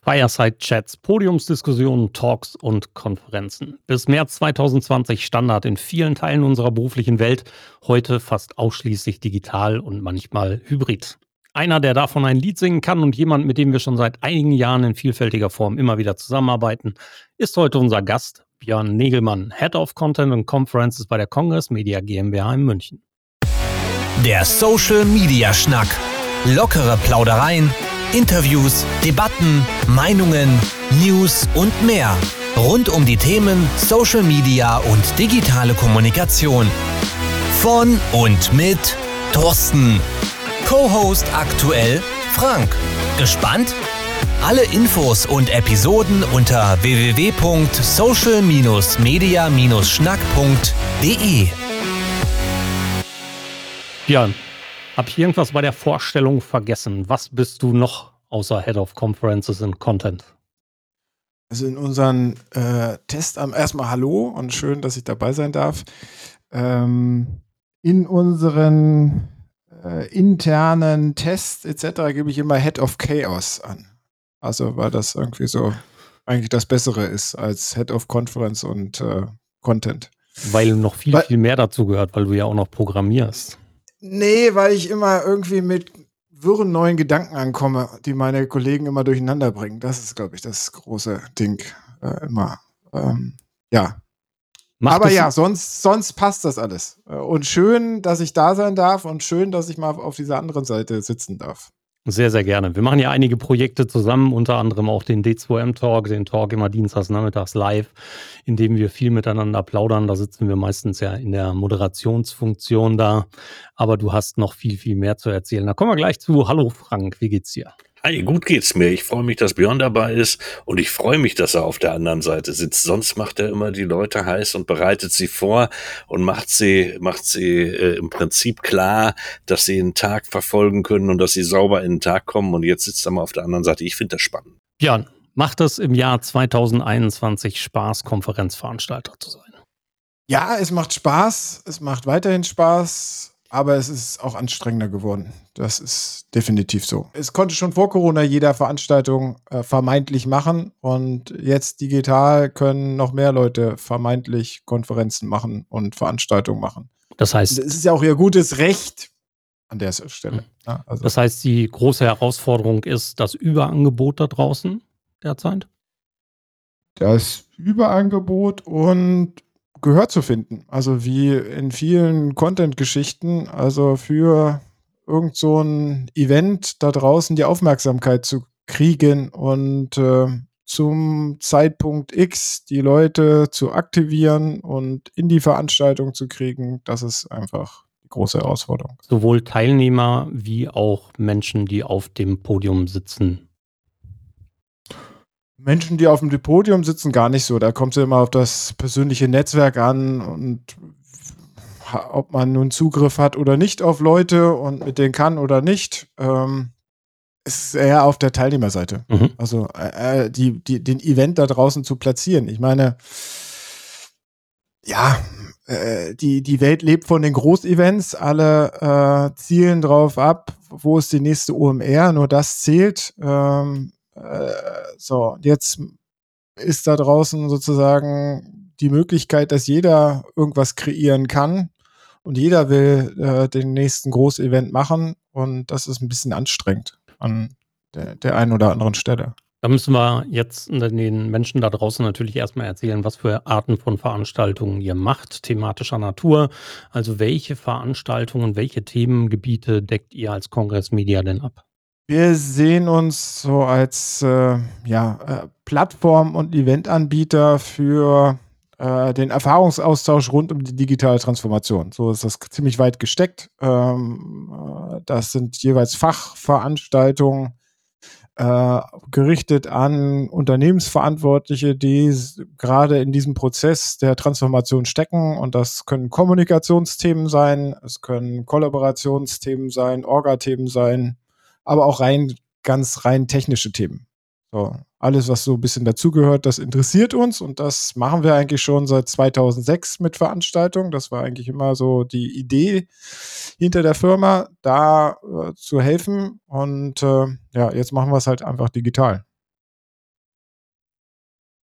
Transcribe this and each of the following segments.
Fireside-Chats, Podiumsdiskussionen, Talks und Konferenzen. Bis März 2020 Standard in vielen Teilen unserer beruflichen Welt, heute fast ausschließlich digital und manchmal hybrid. Einer, der davon ein Lied singen kann und jemand, mit dem wir schon seit einigen Jahren in vielfältiger Form immer wieder zusammenarbeiten, ist heute unser Gast, Björn Negelmann, Head of Content and Conferences bei der Congress Media GmbH in München. Der Social Media Schnack. Lockere Plaudereien, Interviews, Debatten, Meinungen, News und mehr. Rund um die Themen Social Media und digitale Kommunikation. Von und mit Thorsten. Co-Host aktuell Frank. Gespannt? Alle Infos und Episoden unter www.social-media-schnack.de. Björn, habe ich irgendwas bei der Vorstellung vergessen? Was bist du noch außer Head of Conferences and Content? Also in unseren Test erstmal Hallo und schön, dass ich dabei sein darf. In unseren internen Tests etc. gebe ich immer Head of Chaos an. Also weil das irgendwie so eigentlich das Bessere ist als Head of Conference und Content. Weil noch viel mehr dazu gehört, weil du ja auch noch programmierst. Nee, weil ich immer irgendwie mit wirren neuen Gedanken ankomme, die meine Kollegen immer durcheinander bringen. Das ist, glaube ich, das große Ding immer. Ja. Aber ja, sonst passt das alles. Und schön, dass ich da sein darf und schön, dass ich mal auf dieser anderen Seite sitzen darf. Sehr, sehr gerne. Wir machen ja einige Projekte zusammen, unter anderem auch den D2M-Talk, den Talk immer dienstags nachmittags live, in dem wir viel miteinander plaudern. Da sitzen wir meistens ja in der Moderationsfunktion da. Aber du hast noch viel, viel mehr zu erzählen. Da kommen wir gleich zu. Hallo Frank, wie geht's dir? Hi, gut geht's mir. Ich freue mich, dass Björn dabei ist und ich freue mich, dass er auf der anderen Seite sitzt. Sonst macht er immer die Leute heiß und bereitet sie vor und macht sie im Prinzip klar, dass sie einen Tag verfolgen können und dass sie sauber in den Tag kommen. Und jetzt sitzt er mal auf der anderen Seite. Ich finde das spannend. Björn, macht es im Jahr 2021 Spaß, Konferenzveranstalter zu sein? Ja, es macht Spaß. Es macht weiterhin Spaß. Aber es ist auch anstrengender geworden. Das ist definitiv so. Es konnte schon vor Corona jeder Veranstaltung vermeintlich machen. Und jetzt digital können noch mehr Leute vermeintlich Konferenzen machen und Veranstaltungen machen. Das heißt, es ist ja auch ihr gutes Recht an der Stelle. Ja, also. Das heißt, die große Herausforderung ist das Überangebot da draußen derzeit? Das Überangebot und Gehör zu finden. Also wie in vielen Content-Geschichten, also für irgend so ein Event da draußen die Aufmerksamkeit zu kriegen und zum Zeitpunkt X die Leute zu aktivieren und in die Veranstaltung zu kriegen, das ist einfach die große Herausforderung. Sowohl Teilnehmer wie auch Menschen, die auf dem Podium sitzen. Menschen, die auf dem Podium sitzen, gar nicht so. Da kommt es immer auf das persönliche Netzwerk an und ob man nun Zugriff hat oder nicht auf Leute und mit denen kann oder nicht. Ist eher auf der Teilnehmerseite. Mhm. Also den Event da draußen zu platzieren. Ich meine, ja, die Welt lebt von den Großevents. Alle zielen drauf ab, wo ist die nächste OMR. Nur das zählt. So, jetzt ist da draußen sozusagen die Möglichkeit, dass jeder irgendwas kreieren kann und jeder will den nächsten Großevent machen und das ist ein bisschen anstrengend an der einen oder anderen Stelle. Da müssen wir jetzt den Menschen da draußen natürlich erstmal erzählen, was für Arten von Veranstaltungen ihr macht, thematischer Natur. Also welche Veranstaltungen, welche Themengebiete deckt ihr als Congress Media denn ab? Wir sehen uns so als Plattform- und Eventanbieter für den Erfahrungsaustausch rund um die digitale Transformation. So ist das ziemlich weit gesteckt. Das sind jeweils Fachveranstaltungen gerichtet an Unternehmensverantwortliche, die gerade in diesem Prozess der Transformation stecken. Und das können Kommunikationsthemen sein, es können Kollaborationsthemen sein, Orga-Themen sein, aber auch ganz rein technische Themen. So, alles, was so ein bisschen dazugehört, das interessiert uns und das machen wir eigentlich schon seit 2006 mit Veranstaltungen. Das war eigentlich immer so die Idee hinter der Firma, da zu helfen und jetzt machen wir es halt einfach digital.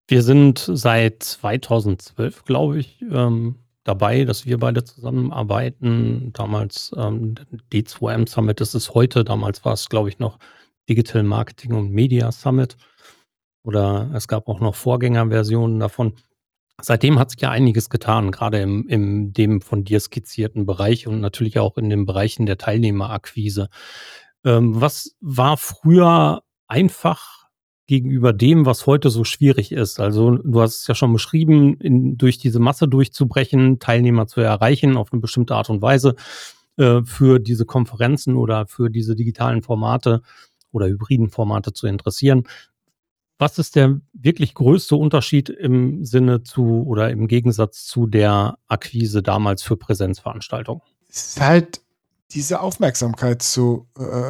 Wir sind seit 2012, glaube ich, dabei, dass wir beide zusammenarbeiten. Damals D2M Summit ist es heute. Damals war es, glaube ich, noch Digital Marketing und Media Summit. Oder es gab auch noch Vorgängerversionen davon. Seitdem hat sich ja einiges getan, gerade im dem von dir skizzierten Bereich und natürlich auch in den Bereichen der Teilnehmerakquise. Was war früher einfach gegenüber dem, was heute so schwierig ist? Also, du hast es ja schon beschrieben, durch diese Masse durchzubrechen, Teilnehmer zu erreichen auf eine bestimmte Art und Weise, für diese Konferenzen oder für diese digitalen Formate oder hybriden Formate zu interessieren. Was ist der wirklich größte Unterschied im Sinne zu oder im Gegensatz zu der Akquise damals für Präsenzveranstaltungen? Es ist halt diese Aufmerksamkeit zu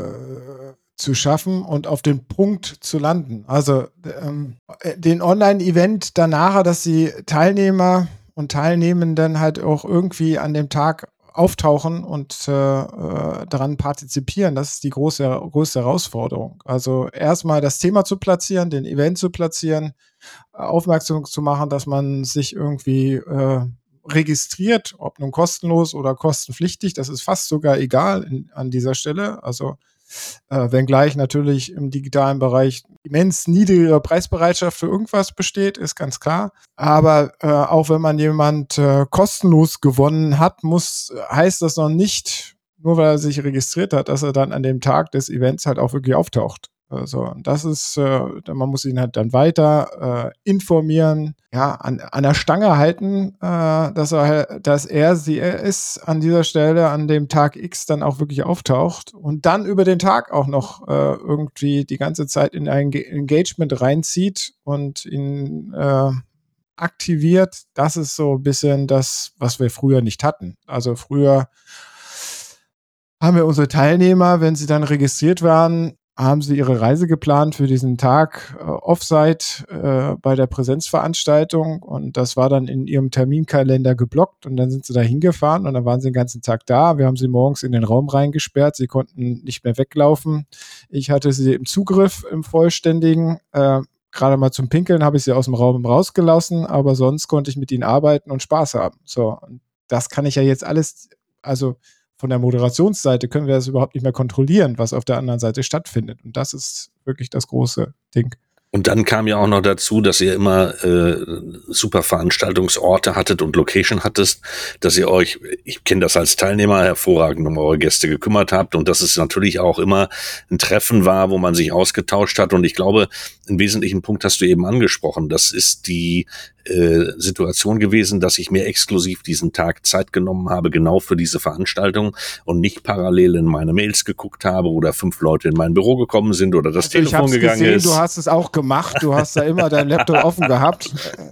schaffen und auf den Punkt zu landen. Also den Online-Event danach, dass die Teilnehmer und Teilnehmenden halt auch irgendwie an dem Tag auftauchen und daran partizipieren, das ist die größte Herausforderung. Also erstmal das Thema zu platzieren, den Event zu platzieren, aufmerksam zu machen, dass man sich irgendwie registriert, ob nun kostenlos oder kostenpflichtig, das ist fast sogar egal an dieser Stelle. Also wenngleich natürlich im digitalen Bereich immens niedrigere Preisbereitschaft für irgendwas besteht, ist ganz klar. Aber auch wenn man jemand kostenlos gewonnen hat, heißt das noch nicht, nur weil er sich registriert hat, dass er dann an dem Tag des Events halt auch wirklich auftaucht. Also das ist, man muss ihn halt dann weiter informieren, ja, an der Stange halten, dass sie ist an dieser Stelle an dem Tag X dann auch wirklich auftaucht und dann über den Tag auch noch irgendwie die ganze Zeit in ein Engagement reinzieht und ihn aktiviert. Das ist so ein bisschen das, was wir früher nicht hatten. Also früher haben wir unsere Teilnehmer, wenn sie dann registriert waren, haben sie ihre Reise geplant für diesen Tag Offsite bei der Präsenzveranstaltung und das war dann in ihrem Terminkalender geblockt und dann sind sie da hingefahren und dann waren sie den ganzen Tag da. Wir haben sie morgens in den Raum reingesperrt, sie konnten nicht mehr weglaufen. Ich hatte sie im Zugriff, im vollständigen. Gerade mal zum Pinkeln habe ich sie aus dem Raum rausgelassen, aber sonst konnte ich mit ihnen arbeiten und Spaß haben. So, und das kann ich ja jetzt alles, also von der Moderationsseite können wir das überhaupt nicht mehr kontrollieren, was auf der anderen Seite stattfindet. Und das ist wirklich das große Ding. Und dann kam ja auch noch dazu, dass ihr immer super Veranstaltungsorte hattet und Location hattest, dass ihr euch, ich kenne das als Teilnehmer, hervorragend um eure Gäste gekümmert habt und dass es natürlich auch immer ein Treffen war, wo man sich ausgetauscht hat. Und ich glaube, einen wesentlichen Punkt hast du eben angesprochen. Das ist die Situation gewesen, dass ich mir exklusiv diesen Tag Zeit genommen habe, genau für diese Veranstaltung und nicht parallel in meine Mails geguckt habe oder 5 Leute in mein Büro gekommen sind oder das Telefon gegangen ist. Du hast es auch gemacht, du hast da immer deinen Laptop offen gehabt.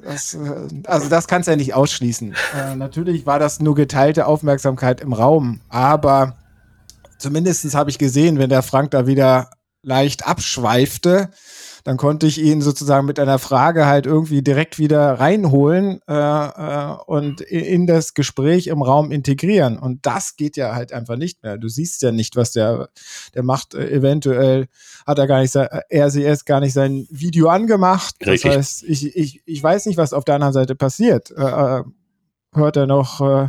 Das kannst du ja nicht ausschließen. Natürlich war das nur geteilte Aufmerksamkeit im Raum, aber zumindest habe ich gesehen, wenn der Frank da wieder leicht abschweifte, dann konnte ich ihn sozusagen mit einer Frage halt irgendwie direkt wieder reinholen und in das Gespräch im Raum integrieren. Und das geht ja halt einfach nicht mehr. Du siehst ja nicht, was der macht. Eventuell hat er RCS gar nicht sein Video angemacht. Richtig. Das heißt, ich weiß nicht, was auf der anderen Seite passiert. Hört er noch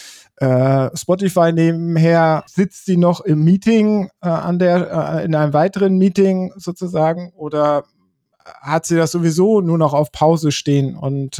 Spotify nebenher, sitzt sie noch im Meeting in einem weiteren Meeting sozusagen oder hat sie das sowieso nur noch auf Pause stehen und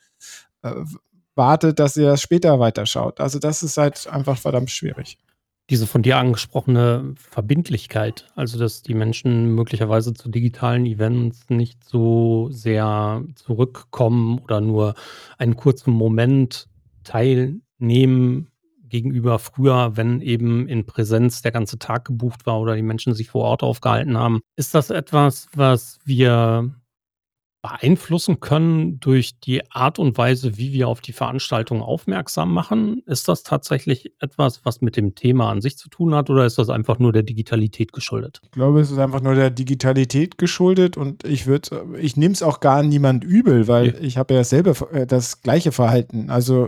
wartet, dass sie das später weiterschaut. Also das ist halt einfach verdammt schwierig. Diese von dir angesprochene Verbindlichkeit, also dass die Menschen möglicherweise zu digitalen Events nicht so sehr zurückkommen oder nur einen kurzen Moment teilnehmen gegenüber früher, wenn eben in Präsenz der ganze Tag gebucht war oder die Menschen sich vor Ort aufgehalten haben. Ist das etwas, was wir beeinflussen können durch die Art und Weise, wie wir auf die Veranstaltung aufmerksam machen? Ist das tatsächlich etwas, was mit dem Thema an sich zu tun hat oder ist das einfach nur der Digitalität geschuldet? Ich glaube, es ist einfach nur der Digitalität geschuldet und ich nehme es auch gar niemand übel, weil ich habe ja selber das gleiche Verhalten. Also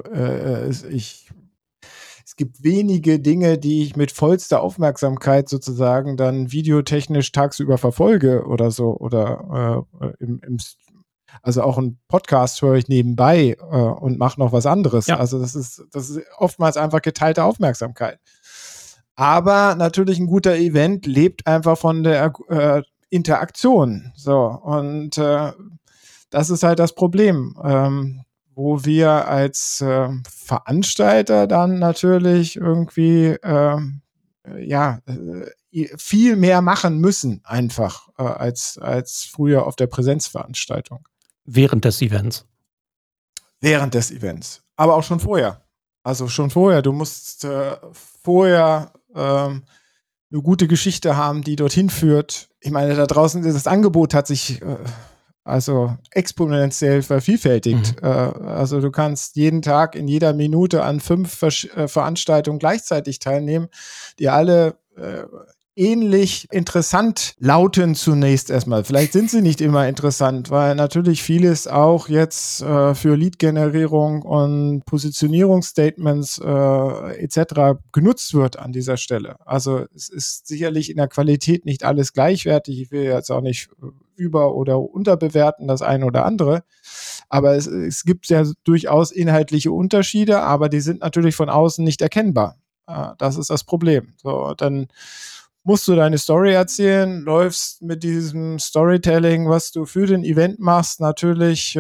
es gibt wenige Dinge, die ich mit vollster Aufmerksamkeit sozusagen dann videotechnisch tagsüber verfolge oder so oder Also auch einen Podcast höre ich nebenbei und mache noch was anderes. Ja. Also das ist oftmals einfach geteilte Aufmerksamkeit. Aber natürlich ein guter Event lebt einfach von der Interaktion. So, und das ist halt das Problem, wo wir als Veranstalter dann natürlich irgendwie viel mehr machen müssen einfach als früher auf der Präsenzveranstaltung. Während des Events. Während des Events. Aber auch schon vorher. Also schon vorher. Du musst vorher eine gute Geschichte haben, die dorthin führt. Ich meine, da draußen, das Angebot hat sich also exponentiell vervielfältigt. Also du kannst jeden Tag in jeder Minute an 5 Veranstaltungen gleichzeitig teilnehmen, die alle ähnlich interessant lauten zunächst erstmal. Vielleicht sind sie nicht immer interessant, weil natürlich vieles auch jetzt für Lead-Generierung und Positionierungsstatements etc. genutzt wird an dieser Stelle. Also es ist sicherlich in der Qualität nicht alles gleichwertig. Ich will jetzt auch nicht über- oder unterbewerten das eine oder andere. Aber es gibt ja durchaus inhaltliche Unterschiede, aber die sind natürlich von außen nicht erkennbar. Das ist das Problem. So, dann musst du deine Story erzählen, läufst mit diesem Storytelling, was du für den Event machst, natürlich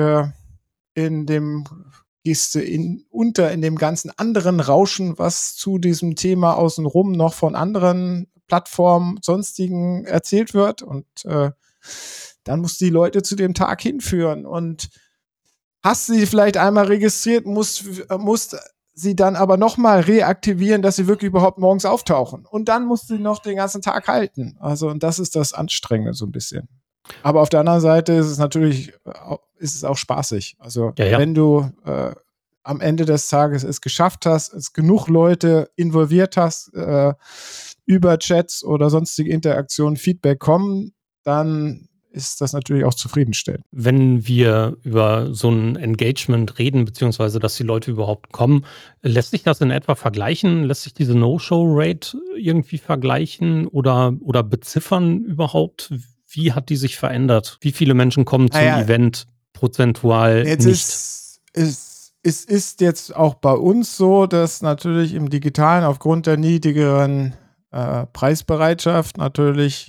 gehst du unter in dem ganzen anderen Rauschen, was zu diesem Thema außenrum noch von anderen Plattformen, sonstigen erzählt wird. Und dann musst du die Leute zu dem Tag hinführen. Und hast sie vielleicht einmal registriert, musst sie dann aber nochmal reaktivieren, dass sie wirklich überhaupt morgens auftauchen. Und dann musst du noch den ganzen Tag halten. Also, und das ist das Anstrengende so ein bisschen. Aber auf der anderen Seite ist es natürlich auch spaßig. Also, wenn du am Ende des Tages es geschafft hast, es genug Leute involviert hast, über Chats oder sonstige Interaktionen Feedback kommen, dann ist das natürlich auch zufriedenstellend. Wenn wir über so ein Engagement reden, beziehungsweise dass die Leute überhaupt kommen, lässt sich das in etwa vergleichen? Lässt sich diese No-Show-Rate irgendwie vergleichen oder beziffern überhaupt? Wie hat die sich verändert? Wie viele Menschen kommen zum Event prozentual jetzt nicht? Es ist jetzt auch bei uns so, dass natürlich im Digitalen aufgrund der niedrigeren Preisbereitschaft natürlich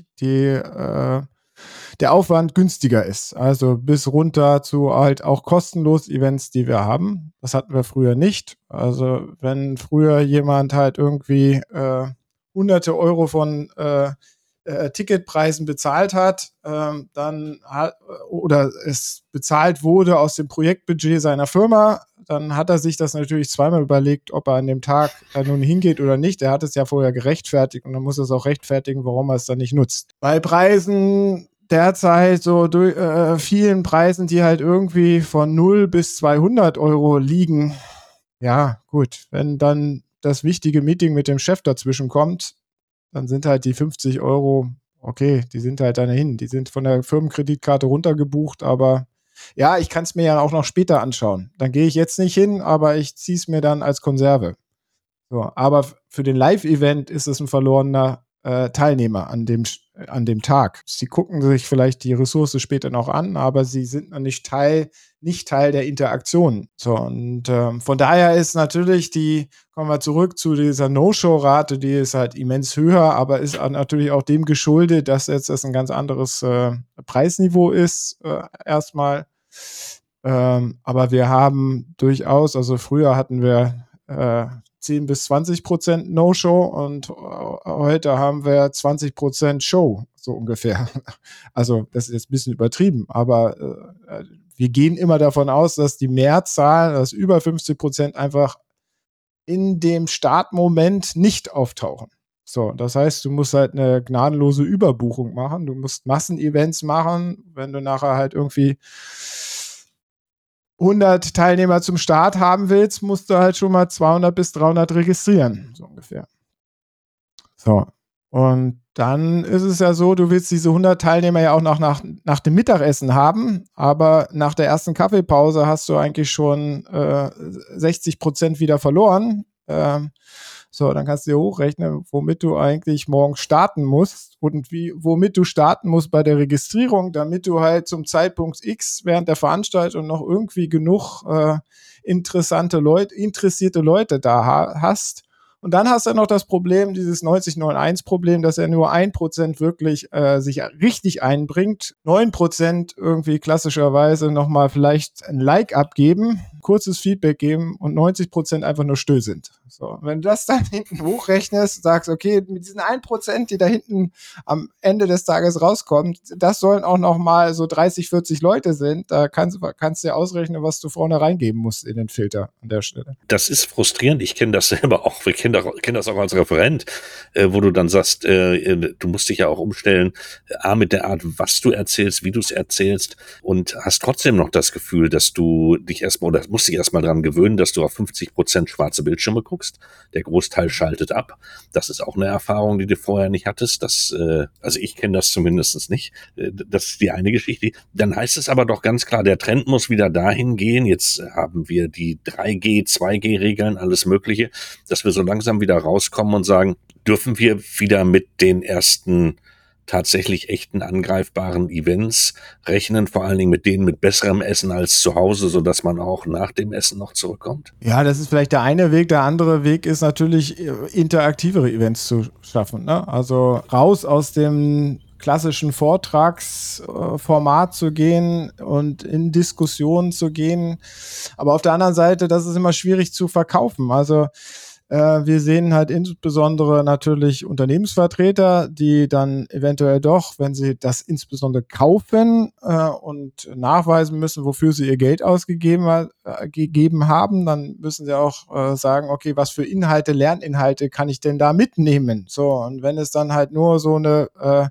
der Aufwand günstiger ist. Also bis runter zu halt auch kostenlos Events, die wir haben. Das hatten wir früher nicht. Also wenn früher jemand halt irgendwie hunderte Euro von Ticketpreisen bezahlt hat, oder es bezahlt wurde aus dem Projektbudget seiner Firma, dann hat er sich das natürlich zweimal überlegt, ob er an dem Tag da nun hingeht oder nicht. Er hat es ja vorher gerechtfertigt und dann muss er es auch rechtfertigen, warum er es dann nicht nutzt. Bei Preisen derzeit so vielen Preisen, die halt irgendwie von 0 bis 200 Euro liegen, ja gut, wenn dann das wichtige Meeting mit dem Chef dazwischen kommt, dann sind halt die 50 Euro, okay, die sind halt dann hin. Die sind von der Firmenkreditkarte runtergebucht, aber ja, ich kann es mir ja auch noch später anschauen. Dann gehe ich jetzt nicht hin, aber ich ziehe es mir dann als Konserve. So, aber für den Live-Event ist es ein verlorener Teilnehmer an dem Tag. Sie gucken sich vielleicht die Ressource später noch an, aber sie sind noch nicht Teil der Interaktion. So, und von daher ist natürlich kommen wir zurück zu dieser No-Show-Rate, die ist halt immens höher, aber ist natürlich auch dem geschuldet, dass jetzt das ein ganz anderes Preisniveau ist, erstmal. Aber wir haben durchaus, also früher hatten wir 10 bis 20% No-Show und heute haben wir 20% Show, so ungefähr. Also das ist jetzt ein bisschen übertrieben, aber wir gehen immer davon aus, dass die Mehrzahl, dass über 50% einfach in dem Startmoment nicht auftauchen. So, das heißt, du musst halt eine gnadenlose Überbuchung machen, du musst Massenevents machen, wenn du nachher halt irgendwie 100 Teilnehmer zum Start haben willst, musst du halt schon mal 200 bis 300 registrieren, so ungefähr. So, und dann ist es ja so, du willst diese 100 Teilnehmer ja auch noch nach dem Mittagessen haben, aber nach der ersten Kaffeepause hast du eigentlich schon 60% wieder verloren. So, dann kannst du dir hochrechnen, womit du eigentlich morgen starten musst und womit du starten musst bei der Registrierung, damit du halt zum Zeitpunkt X während der Veranstaltung noch irgendwie genug interessierte Leute da hast. Und dann hast du noch das Problem, dieses 90-9-1-Problem, dass er nur 1% wirklich sich richtig einbringt, 9% irgendwie klassischerweise nochmal vielleicht ein Like abgeben, kurzes Feedback geben und 90% einfach nur still sind. So, wenn du das dann hinten hochrechnest, sagst, okay, mit diesen 1%, die da hinten am Ende des Tages rauskommen, das sollen auch nochmal so 30, 40 Leute sind, da kannst du dir ausrechnen, was du vorne reingeben musst in den Filter an der Stelle. Das ist frustrierend. Ich kenne das selber auch. Ich kenne das auch als Referent, wo du dann sagst, du musst dich ja auch umstellen, mit der Art, was du erzählst, wie du es erzählst und hast trotzdem noch das Gefühl, dass du dich musst dich erstmal dran gewöhnen, dass du auf 50% schwarze Bildschirme guckst. Der Großteil schaltet ab. Das ist auch eine Erfahrung, die du vorher nicht hattest. Also ich kenne das zumindest nicht. Das ist die eine Geschichte. Dann heißt es aber doch ganz klar, der Trend muss wieder dahin gehen. Jetzt haben wir die 3G, 2G-Regeln, alles Mögliche, dass wir so langsam wieder rauskommen und sagen, dürfen wir wieder mit den ersten tatsächlich echten angreifbaren Events rechnen, vor allen Dingen mit denen mit besserem Essen als zu Hause, sodass man auch nach dem Essen noch zurückkommt? Ja, das ist vielleicht der eine Weg. Der andere Weg ist natürlich, interaktivere Events zu schaffen, ne? Also raus aus dem klassischen Vortragsformat zu gehen und in Diskussionen zu gehen. Aber auf der anderen Seite, das ist immer schwierig zu verkaufen. Also wir sehen halt insbesondere natürlich Unternehmensvertreter, die dann eventuell doch, wenn sie das insbesondere kaufen und nachweisen müssen, wofür sie ihr Geld ausgegeben haben, dann müssen sie auch sagen, okay, was für Lerninhalte kann ich denn da mitnehmen? So, und wenn es dann halt nur so eine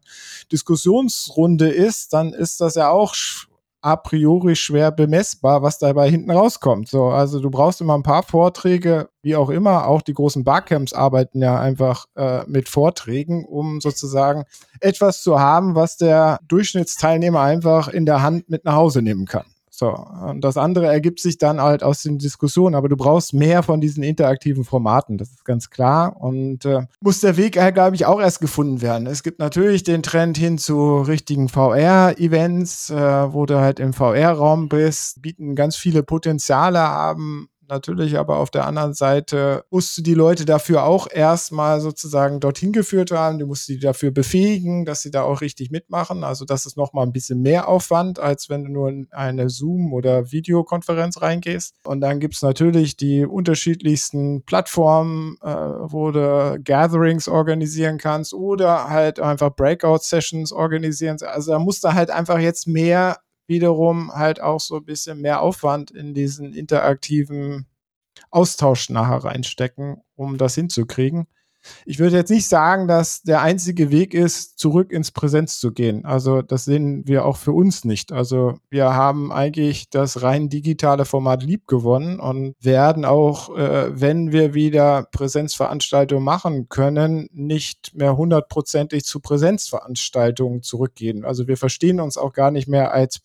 Diskussionsrunde ist, dann ist das ja auch a priori schwer bemessbar, was dabei hinten rauskommt. So, also du brauchst immer ein paar Vorträge, wie auch immer. Auch die großen Barcamps arbeiten ja einfach mit Vorträgen, um sozusagen etwas zu haben, was der Durchschnittsteilnehmer einfach in der Hand mit nach Hause nehmen kann. So, und das andere ergibt sich dann halt aus den Diskussionen, aber du brauchst mehr von diesen interaktiven Formaten, das ist ganz klar, und muss der Weg, glaube ich, auch erst gefunden werden. Es gibt natürlich den Trend hin zu richtigen VR-Events, wo du halt im VR-Raum bist, bieten ganz viele Potenziale, haben natürlich, aber auf der anderen Seite musst du die Leute dafür auch erstmal sozusagen dorthin geführt haben. Du musst sie dafür befähigen, dass sie da auch richtig mitmachen. Also das ist nochmal ein bisschen mehr Aufwand, als wenn du nur in eine Zoom- oder Videokonferenz reingehst. Und dann gibt es natürlich die unterschiedlichsten Plattformen, wo du Gatherings organisieren kannst oder halt einfach Breakout-Sessions organisieren. Also da musst du halt einfach jetzt wiederum halt auch so ein bisschen mehr Aufwand in diesen interaktiven Austausch nachher reinstecken, um das hinzukriegen. Ich würde jetzt nicht sagen, dass der einzige Weg ist, zurück ins Präsenz zu gehen. Also das sehen wir auch für uns nicht. Also wir haben eigentlich das rein digitale Format liebgewonnen und werden auch, wenn wir wieder Präsenzveranstaltungen machen können, nicht mehr 100%ig zu Präsenzveranstaltungen zurückgehen. Also wir verstehen uns auch gar nicht mehr als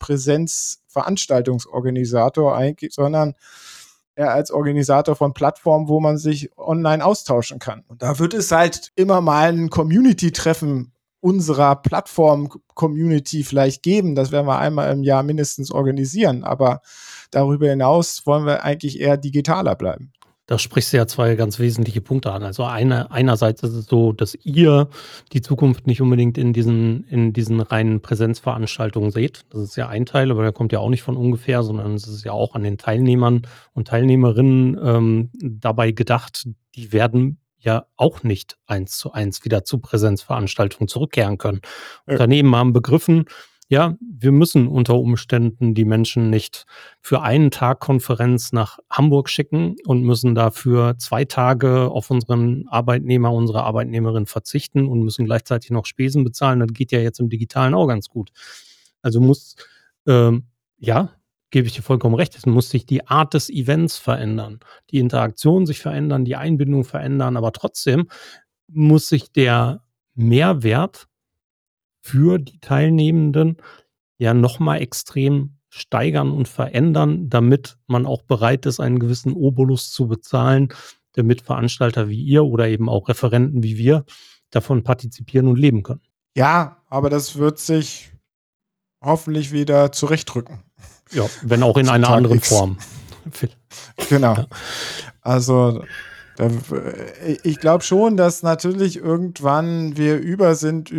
Präsenzveranstaltungsorganisator eigentlich, sondern als Organisator von Plattformen, wo man sich online austauschen kann. Und da wird es halt immer mal ein Community-Treffen unserer Plattform-Community vielleicht geben. Das werden wir einmal im Jahr mindestens organisieren. Aber darüber hinaus wollen wir eigentlich eher digitaler bleiben. Da sprichst du ja zwei ganz wesentliche Punkte an. Also einerseits ist es so, dass ihr die Zukunft nicht unbedingt in diesen reinen Präsenzveranstaltungen seht. Das ist ja ein Teil, aber der kommt ja auch nicht von ungefähr, sondern es ist ja auch an den Teilnehmern und Teilnehmerinnen dabei gedacht, die werden ja auch nicht 1:1 wieder zu Präsenzveranstaltungen zurückkehren können. Ja. Unternehmen haben begriffen, ja, wir müssen unter Umständen die Menschen nicht für einen Tag Konferenz nach Hamburg schicken und müssen dafür 2 Tage auf unseren Arbeitnehmer, unsere Arbeitnehmerin verzichten und müssen gleichzeitig noch Spesen bezahlen. Das geht ja jetzt im Digitalen auch ganz gut. Also gebe ich dir vollkommen recht, es muss sich die Art des Events verändern, die Interaktion sich verändern, die Einbindung verändern, aber trotzdem muss sich der Mehrwert für die Teilnehmenden ja nochmal extrem steigern und verändern, damit man auch bereit ist, einen gewissen Obolus zu bezahlen, damit Veranstalter wie ihr oder eben auch Referenten wie wir davon partizipieren und leben können. Ja, aber das wird sich hoffentlich wieder zurechtrücken. Ja, wenn auch in Zu einer Tag anderen X. Form. Genau. Ja. Also ich glaube schon, dass natürlich irgendwann wir über sind,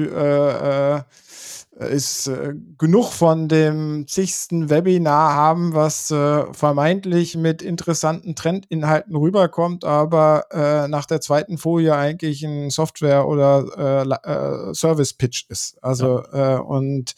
ist genug von dem zigsten Webinar haben, was vermeintlich mit interessanten Trendinhalten rüberkommt, aber nach der zweiten Folie eigentlich ein Software- oder Service-Pitch ist. Also und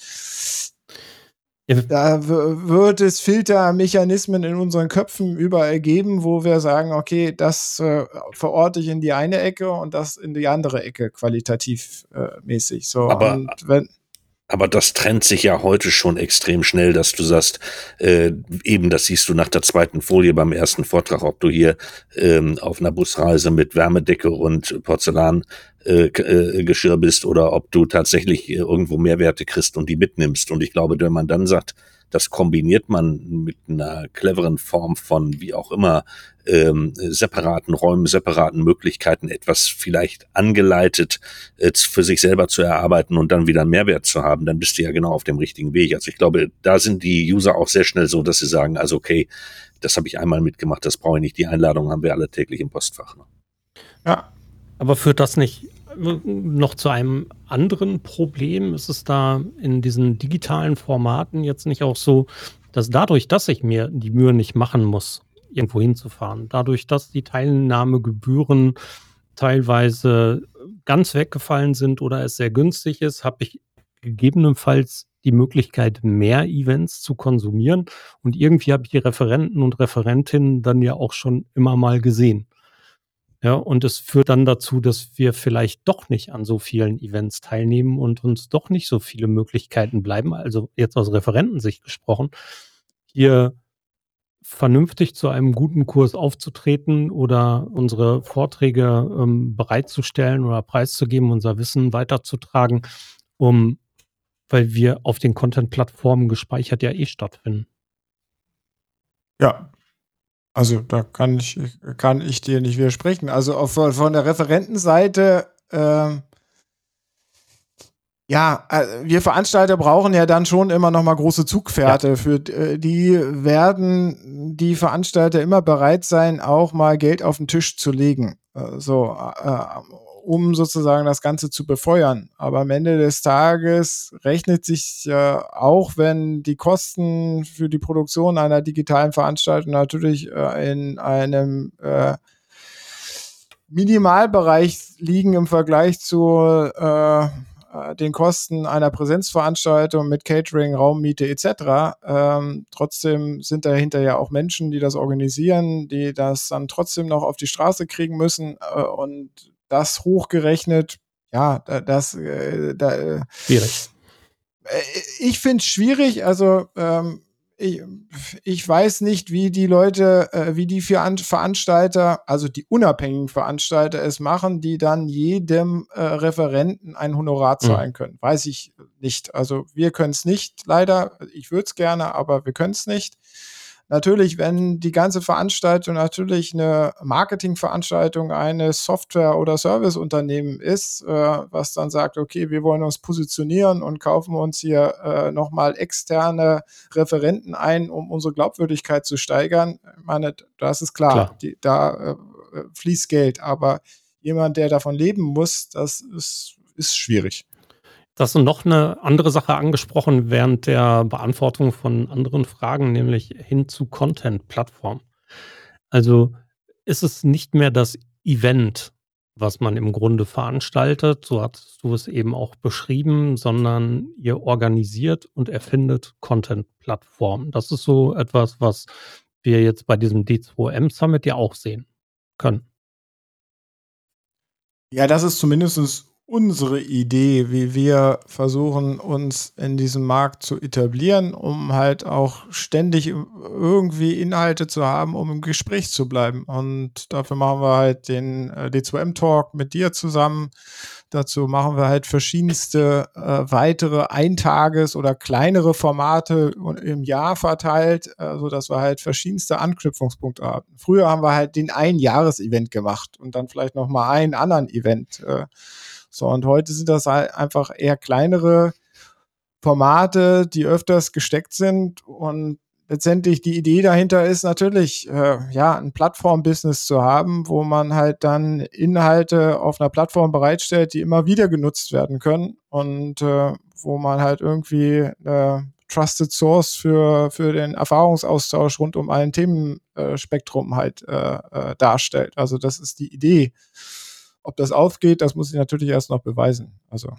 da wird es Filtermechanismen in unseren Köpfen überall geben, wo wir sagen, okay, das verorte ich in die eine Ecke und das in die andere Ecke qualitativ mäßig. So, Aber und wenn Aber das trennt sich ja heute schon extrem schnell, dass du sagst, eben das siehst du nach der zweiten Folie beim ersten Vortrag, ob du hier auf einer Busreise mit Wärmedecke und Porzellangeschirr bist oder ob du tatsächlich irgendwo Mehrwerte kriegst und die mitnimmst. Und ich glaube, wenn man dann sagt, das kombiniert man mit einer cleveren Form von, wie auch immer, separaten Räumen, separaten Möglichkeiten, etwas vielleicht angeleitet für sich selber zu erarbeiten und dann wieder einen Mehrwert zu haben, dann bist du ja genau auf dem richtigen Weg. Also ich glaube, da sind die User auch sehr schnell so, dass sie sagen, also okay, das habe ich einmal mitgemacht, das brauche ich nicht, die Einladung haben wir alle täglich im Postfach. Ne? ja, Aber führt das nicht noch zu einem anderen Problem? Ist es da in diesen digitalen Formaten jetzt nicht auch so, dass dadurch, dass ich mir die Mühe nicht machen muss, irgendwo hinzufahren, dadurch, dass die Teilnahmegebühren teilweise ganz weggefallen sind oder es sehr günstig ist, habe ich gegebenenfalls die Möglichkeit, mehr Events zu konsumieren. Und irgendwie habe ich die Referenten und Referentinnen dann ja auch schon immer mal gesehen. Ja, und es führt dann dazu, dass wir vielleicht doch nicht an so vielen Events teilnehmen und uns doch nicht so viele Möglichkeiten bleiben, also jetzt aus Referentensicht gesprochen, hier vernünftig zu einem guten Kurs aufzutreten oder unsere Vorträge bereitzustellen oder preiszugeben, unser Wissen weiterzutragen, weil wir auf den Content-Plattformen gespeichert ja eh stattfinden. ja. Also da kann ich dir nicht widersprechen. Also von der Referentenseite, wir Veranstalter brauchen ja dann schon immer noch mal große Zugpferde. Für die werden die Veranstalter immer bereit sein, auch mal Geld auf den Tisch zu legen, um sozusagen das Ganze zu befeuern. Aber am Ende des Tages rechnet sich auch, wenn die Kosten für die Produktion einer digitalen Veranstaltung natürlich in einem Minimalbereich liegen im Vergleich zu den Kosten einer Präsenzveranstaltung mit Catering, Raummiete etc. Trotzdem sind dahinter ja auch Menschen, die das organisieren, die das dann trotzdem noch auf die Straße kriegen müssen und das hochgerechnet, Schwierig. Ich finde es schwierig, also ich weiß nicht, wie die Leute, wie die Veranstalter, also die unabhängigen Veranstalter es machen, die dann jedem Referenten ein Honorar zahlen können. Weiß ich nicht. Also wir können es nicht, leider. Ich würde es gerne, aber wir können es nicht. Natürlich, wenn die ganze Veranstaltung natürlich eine Marketingveranstaltung eines Software- oder Serviceunternehmen ist, was dann sagt, okay, wir wollen uns positionieren und kaufen uns hier nochmal externe Referenten ein, um unsere Glaubwürdigkeit zu steigern. Ich meine, das ist klar. Da fließt Geld, aber jemand, der davon leben muss, das ist schwierig. Das ist noch eine andere Sache angesprochen während der Beantwortung von anderen Fragen, nämlich hin zu Content-Plattformen. Also ist es nicht mehr das Event, was man im Grunde veranstaltet, so hattest du es eben auch beschrieben, sondern ihr organisiert und erfindet Content-Plattformen. Das ist so etwas, was wir jetzt bei diesem D2M Summit ja auch sehen können. Ja, das ist zumindest unsere Idee, wie wir versuchen, uns in diesem Markt zu etablieren, um halt auch ständig irgendwie Inhalte zu haben, um im Gespräch zu bleiben. Und dafür machen wir halt den D2M-Talk mit dir zusammen. Dazu machen wir halt verschiedenste weitere Eintages- oder kleinere Formate im Jahr verteilt, sodass wir halt verschiedenste Anknüpfungspunkte haben. Früher haben wir halt den Ein-Jahres-Event gemacht und dann vielleicht nochmal einen anderen Event. So, und heute sind das halt einfach eher kleinere Formate, die öfters gesteckt sind, und letztendlich die Idee dahinter ist natürlich, ein Plattform-Business zu haben, wo man halt dann Inhalte auf einer Plattform bereitstellt, die immer wieder genutzt werden können und wo man halt irgendwie Trusted Source für den Erfahrungsaustausch rund um ein Themenspektrum halt darstellt. Also das ist die Idee. Ob das aufgeht, das muss ich natürlich erst noch beweisen.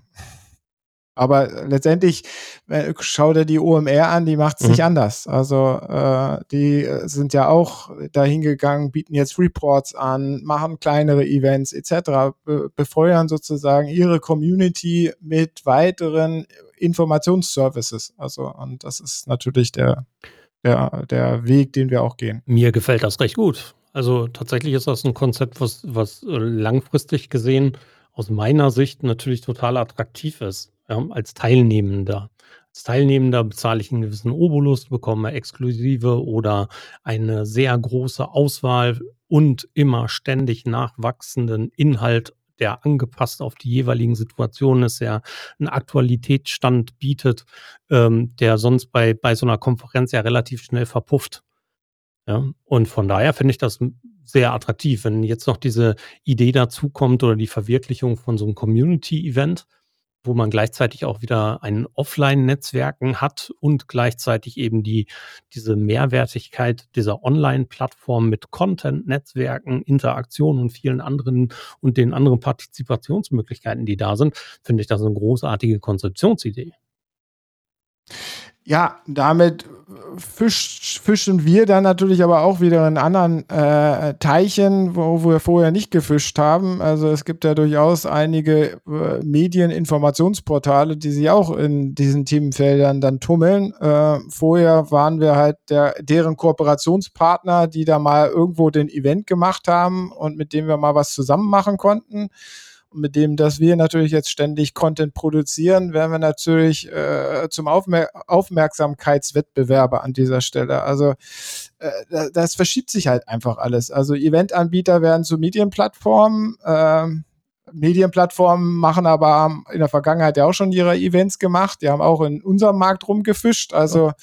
Aber letztendlich, schau dir die OMR an, die macht es nicht anders. Also die sind ja auch dahin gegangen, bieten jetzt Reports an, machen kleinere Events etc., befeuern sozusagen ihre Community mit weiteren Informationsservices. Und das ist natürlich der Weg, den wir auch gehen. Mir gefällt das recht gut. Also tatsächlich ist das ein Konzept, was langfristig gesehen aus meiner Sicht natürlich total attraktiv ist, als Teilnehmender. Als Teilnehmender bezahle ich einen gewissen Obolus, bekomme exklusive oder eine sehr große Auswahl und immer ständig nachwachsenden Inhalt, der angepasst auf die jeweiligen Situationen ist, der einen Aktualitätsstand bietet, der sonst bei so einer Konferenz ja relativ schnell verpufft. Ja, und von daher finde ich das sehr attraktiv, wenn jetzt noch diese Idee dazukommt oder die Verwirklichung von so einem Community-Event, wo man gleichzeitig auch wieder ein Offline-Netzwerken hat und gleichzeitig eben diese Mehrwertigkeit dieser Online-Plattform mit Content-Netzwerken, Interaktion und vielen anderen und den anderen Partizipationsmöglichkeiten, die da sind, finde ich das eine großartige Konzeptionsidee. Ja, damit fischen wir dann natürlich aber auch wieder in anderen Teichen, wo wir vorher nicht gefischt haben. Also es gibt ja durchaus einige Medieninformationsportale, die sich auch in diesen Themenfeldern dann tummeln. Vorher waren wir halt deren Kooperationspartner, die da mal irgendwo den Event gemacht haben und mit dem wir mal was zusammen machen konnten. Mit dem, dass wir natürlich jetzt ständig Content produzieren, werden wir natürlich zum Aufmerksamkeitswettbewerber an dieser Stelle. Also das verschiebt sich halt einfach alles. Also Eventanbieter werden zu Medienplattformen. Medienplattformen machen aber in der Vergangenheit ja auch schon ihre Events gemacht. Die haben auch in unserem Markt rumgefischt.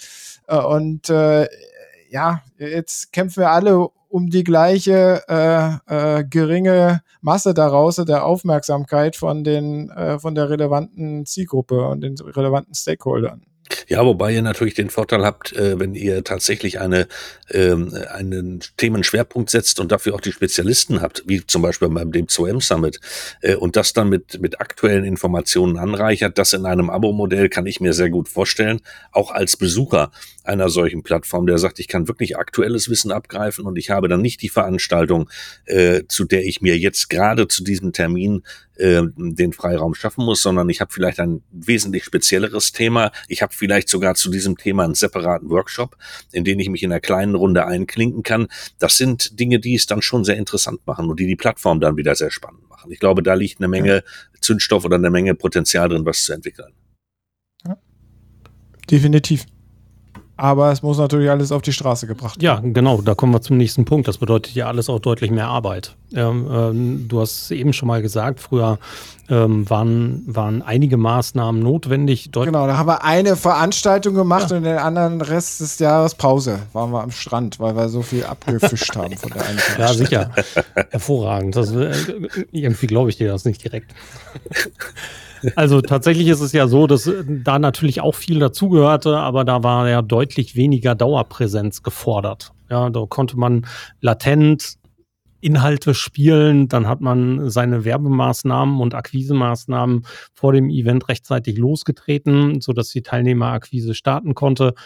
Jetzt kämpfen wir alle um die gleiche geringe Masse daraus, der Aufmerksamkeit von der relevanten Zielgruppe und den relevanten Stakeholdern. Ja, wobei ihr natürlich den Vorteil habt, wenn ihr tatsächlich einen Themenschwerpunkt setzt und dafür auch die Spezialisten habt, wie zum Beispiel beim D2M Summit, und das dann mit aktuellen Informationen anreichert, das in einem Abo-Modell kann ich mir sehr gut vorstellen, auch als Besucher einer solchen Plattform, der sagt, ich kann wirklich aktuelles Wissen abgreifen und ich habe dann nicht die Veranstaltung, zu der ich mir jetzt gerade zu diesem Termin den Freiraum schaffen muss, sondern ich habe vielleicht ein wesentlich spezielleres Thema. Ich habe vielleicht sogar zu diesem Thema einen separaten Workshop, in den ich mich in einer kleinen Runde einklinken kann. Das sind Dinge, die es dann schon sehr interessant machen und die Plattform dann wieder sehr spannend machen. Ich glaube, da liegt eine Menge Zündstoff oder eine Menge Potenzial drin, was zu entwickeln. Ja. Definitiv. Aber es muss natürlich alles auf die Straße gebracht werden. Ja, genau, da kommen wir zum nächsten Punkt. Das bedeutet ja alles auch deutlich mehr Arbeit. Du hast eben schon mal gesagt, früher waren einige Maßnahmen notwendig. Genau, da haben wir eine Veranstaltung gemacht und den anderen Rest des Jahres Pause. Waren wir am Strand, weil wir so viel abgefischt haben von der einen Veranstaltung. Ja, sicher. Hervorragend. Irgendwie glaube ich dir das nicht direkt. Also tatsächlich ist es ja so, dass da natürlich auch viel dazugehörte, aber da war ja deutlich weniger Dauerpräsenz gefordert. Ja, da konnte man latent Inhalte spielen, dann hat man seine Werbemaßnahmen und Akquisemaßnahmen vor dem Event rechtzeitig losgetreten, sodass die Teilnehmerakquise starten konnte.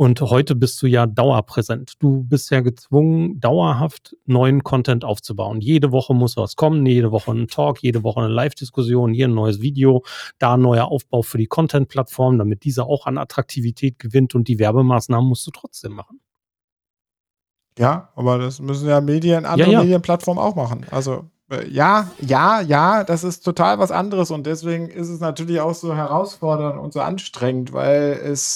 Und heute bist du ja dauerpräsent. Du bist ja gezwungen, dauerhaft neuen Content aufzubauen. Jede Woche muss was kommen, jede Woche ein Talk, jede Woche eine Live-Diskussion, hier ein neues Video, da ein neuer Aufbau für die Content-Plattform, damit diese auch an Attraktivität gewinnt, und die Werbemaßnahmen musst du trotzdem machen. Ja, aber das müssen ja andere Medienplattformen auch machen. Also ja, das ist total was anderes, und deswegen ist es natürlich auch so herausfordernd und so anstrengend, weil es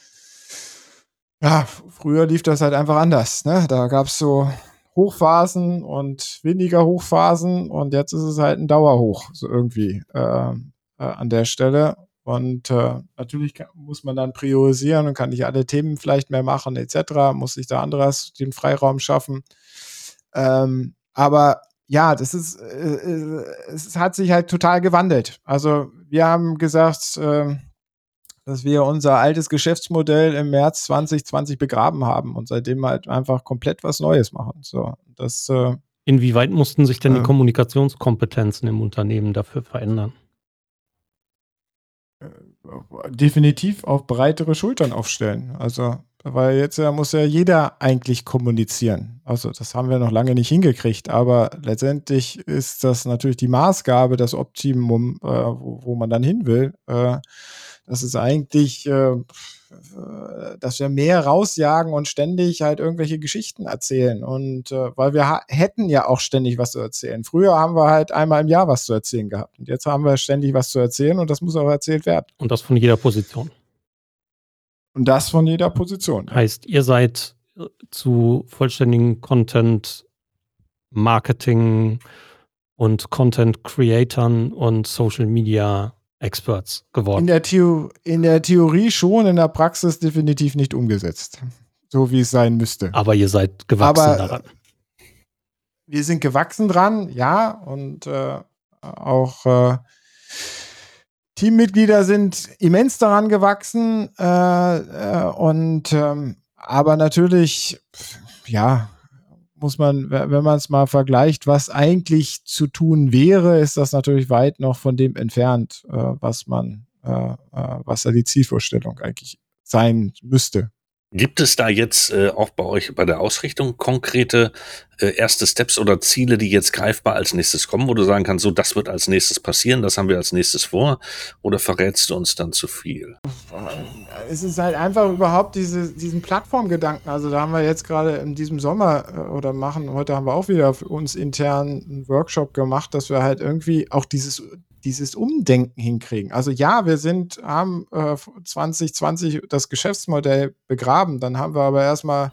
früher lief das halt einfach anders, ne? Da gab es so Hochphasen und weniger Hochphasen, und jetzt ist es halt ein Dauerhoch, so irgendwie an der Stelle. Und natürlich muss man dann priorisieren und kann nicht alle Themen vielleicht mehr machen, etc. Muss sich da anderes den Freiraum schaffen. Aber ja, es hat sich halt total gewandelt. Also wir haben gesagt, dass wir unser altes Geschäftsmodell im März 2020 begraben haben und seitdem halt einfach komplett was Neues machen. So, das, Inwieweit mussten sich denn die Kommunikationskompetenzen im Unternehmen dafür verändern? Definitiv auf breitere Schultern aufstellen. Also, weil jetzt muss ja jeder eigentlich kommunizieren. Also, das haben wir noch lange nicht hingekriegt, aber letztendlich ist das natürlich die Maßgabe, das Optimum, wo man dann hin will. Das ist eigentlich, dass wir mehr rausjagen und ständig halt irgendwelche Geschichten erzählen. Und weil wir hätten ja auch ständig was zu erzählen. Früher haben wir halt einmal im Jahr was zu erzählen gehabt. Und jetzt haben wir ständig was zu erzählen, und das muss auch erzählt werden. Und das von jeder Position. Und das von jeder Position. Heißt, ihr seid zu vollständigen Content Marketing und Content Creatern und Social Media Experts geworden. In der Theorie schon, in der Praxis definitiv nicht umgesetzt. So wie es sein müsste. Aber ihr seid gewachsen daran. Wir sind gewachsen dran, ja. Und auch Teammitglieder sind immens daran gewachsen. Aber natürlich, ja, muss man, wenn man es mal vergleicht, was eigentlich zu tun wäre, ist das natürlich weit noch von dem entfernt, was da die Zielvorstellung eigentlich sein müsste. Gibt es da jetzt auch bei euch bei der Ausrichtung konkrete erste Steps oder Ziele, die jetzt greifbar als nächstes kommen, wo du sagen kannst, so, das wird als nächstes passieren, das haben wir als nächstes vor, oder verrätst du uns dann zu viel? Es ist halt einfach überhaupt diesen Plattformgedanken. Also da haben wir jetzt gerade in diesem Sommer heute haben wir auch wieder für uns intern einen Workshop gemacht, dass wir halt irgendwie auch dieses Umdenken hinkriegen. Also ja, wir haben 2020 das Geschäftsmodell begraben, dann haben wir aber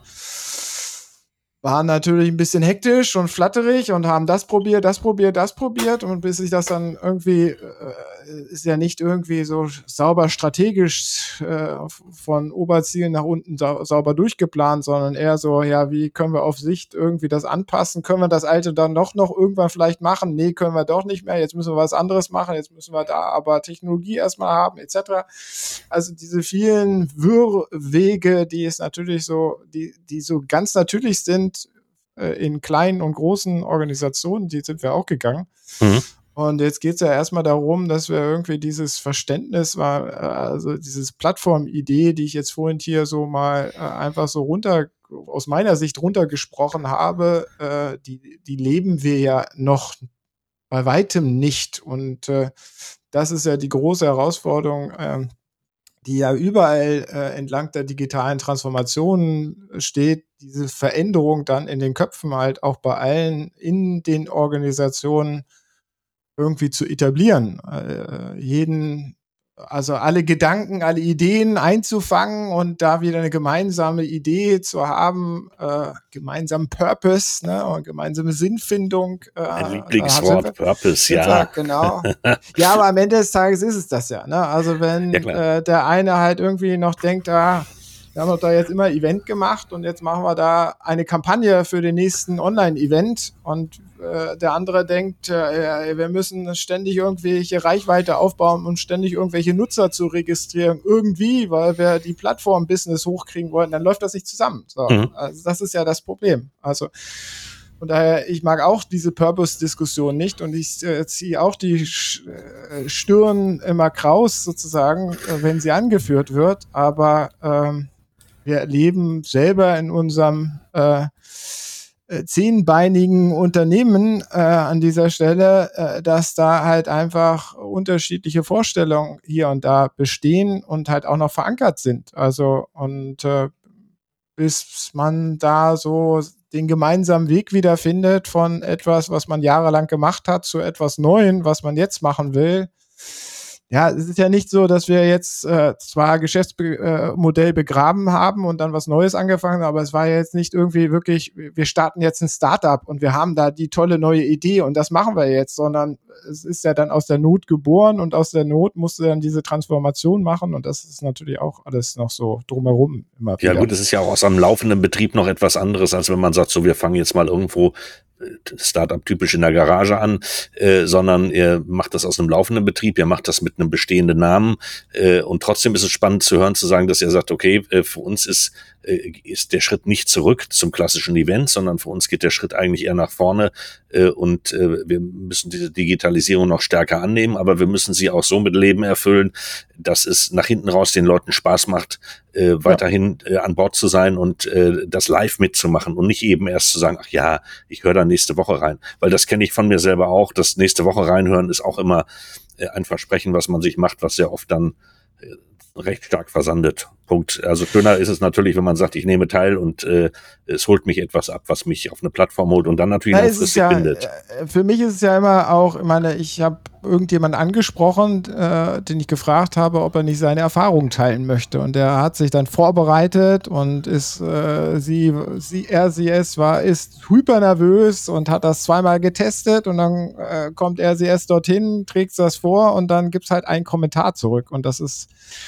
waren natürlich ein bisschen hektisch und flatterig und haben das probiert, und bis sich das dann irgendwie, ist ja nicht irgendwie so sauber strategisch von Oberzielen nach unten sauber durchgeplant, sondern eher so, ja, wie können wir auf Sicht irgendwie das anpassen? Können wir das Alte dann noch irgendwann vielleicht machen? Nee, können wir doch nicht mehr. Jetzt müssen wir was anderes machen. Jetzt müssen wir da aber Technologie erstmal haben, etc. Also diese vielen Wirrwege, die es natürlich so, die so ganz natürlich sind, in kleinen und großen Organisationen, die sind wir auch gegangen. Mhm. Und jetzt geht es ja erstmal darum, dass wir irgendwie dieses Verständnis also dieses Plattform-Idee, die ich jetzt vorhin hier so mal einfach so aus meiner Sicht runtergesprochen habe, die leben wir ja noch bei weitem nicht. Und das ist ja die große Herausforderung, die ja überall entlang der digitalen Transformation steht, diese Veränderung dann in den Köpfen halt auch bei allen in den Organisationen irgendwie zu etablieren. Also alle Gedanken, alle Ideen einzufangen und da wieder eine gemeinsame Idee zu haben, gemeinsamen Purpose, ne, und gemeinsame Sinnfindung. Ein Lieblingswort, Purpose, ja. Genau. Ja, aber am Ende des Tages ist es das ja. Ne? Also wenn der eine halt irgendwie noch denkt, wir haben doch da jetzt immer Event gemacht und jetzt machen wir da eine Kampagne für den nächsten Online-Event, und der andere denkt, wir müssen ständig irgendwelche Reichweite aufbauen und ständig irgendwelche Nutzer zu registrieren, irgendwie, weil wir die Plattform-Business hochkriegen wollen, dann läuft das nicht zusammen. So. Also das ist ja das Problem. Also von daher, ich mag auch diese Purpose-Diskussion nicht, und ich ziehe auch die Stirn immer kraus sozusagen, wenn sie angeführt wird, aber wir erleben selber in unserem 10-beinigen Unternehmen an dieser Stelle, dass da halt einfach unterschiedliche Vorstellungen hier und da bestehen und halt auch noch verankert sind. Also und bis man da so den gemeinsamen Weg wiederfindet von etwas, was man jahrelang gemacht hat, zu etwas Neuem, was man jetzt machen will. Ja, es ist ja nicht so, dass wir jetzt zwar Geschäftsmodell begraben haben und dann was Neues angefangen, aber es war ja jetzt nicht irgendwie wirklich, wir starten jetzt ein Startup und wir haben da die tolle neue Idee und das machen wir jetzt, sondern es ist ja dann aus der Not geboren und aus der Not musste dann diese Transformation machen und das ist natürlich auch alles noch so drumherum immer wieder. Ja gut, es ist ja auch aus einem laufenden Betrieb noch etwas anderes, als wenn man sagt, so wir fangen jetzt mal irgendwo Startup typisch in der Garage an, sondern ihr macht das aus einem laufenden Betrieb, ihr macht das mit einem bestehenden Namen und trotzdem ist es spannend zu hören, zu sagen, dass ihr sagt, okay, für uns ist der Schritt nicht zurück zum klassischen Event, sondern für uns geht der Schritt eigentlich eher nach vorne und wir müssen diese Digitalisierung noch stärker annehmen, aber wir müssen sie auch so mit Leben erfüllen, dass es nach hinten raus den Leuten Spaß macht, weiterhin an Bord zu sein und das live mitzumachen und nicht eben erst zu sagen, ach ja, ich höre da nächste Woche rein. Weil das kenne ich von mir selber auch, das nächste Woche reinhören ist auch immer ein Versprechen, was man sich macht, was sehr oft dann recht stark versandet. Punkt. Also schöner ist es natürlich, wenn man sagt, ich nehme teil und es holt mich etwas ab, was mich auf eine Plattform holt und dann natürlich langfristig bindet. Für mich ist es ja immer auch, ich meine, ich habe irgendjemanden angesprochen, den ich gefragt habe, ob er nicht seine Erfahrungen teilen möchte und der hat sich dann vorbereitet und ist ist hyper nervös und hat das zweimal getestet und dann kommt RCS dorthin, trägt das vor und dann gibt's halt einen Kommentar zurück und das ist,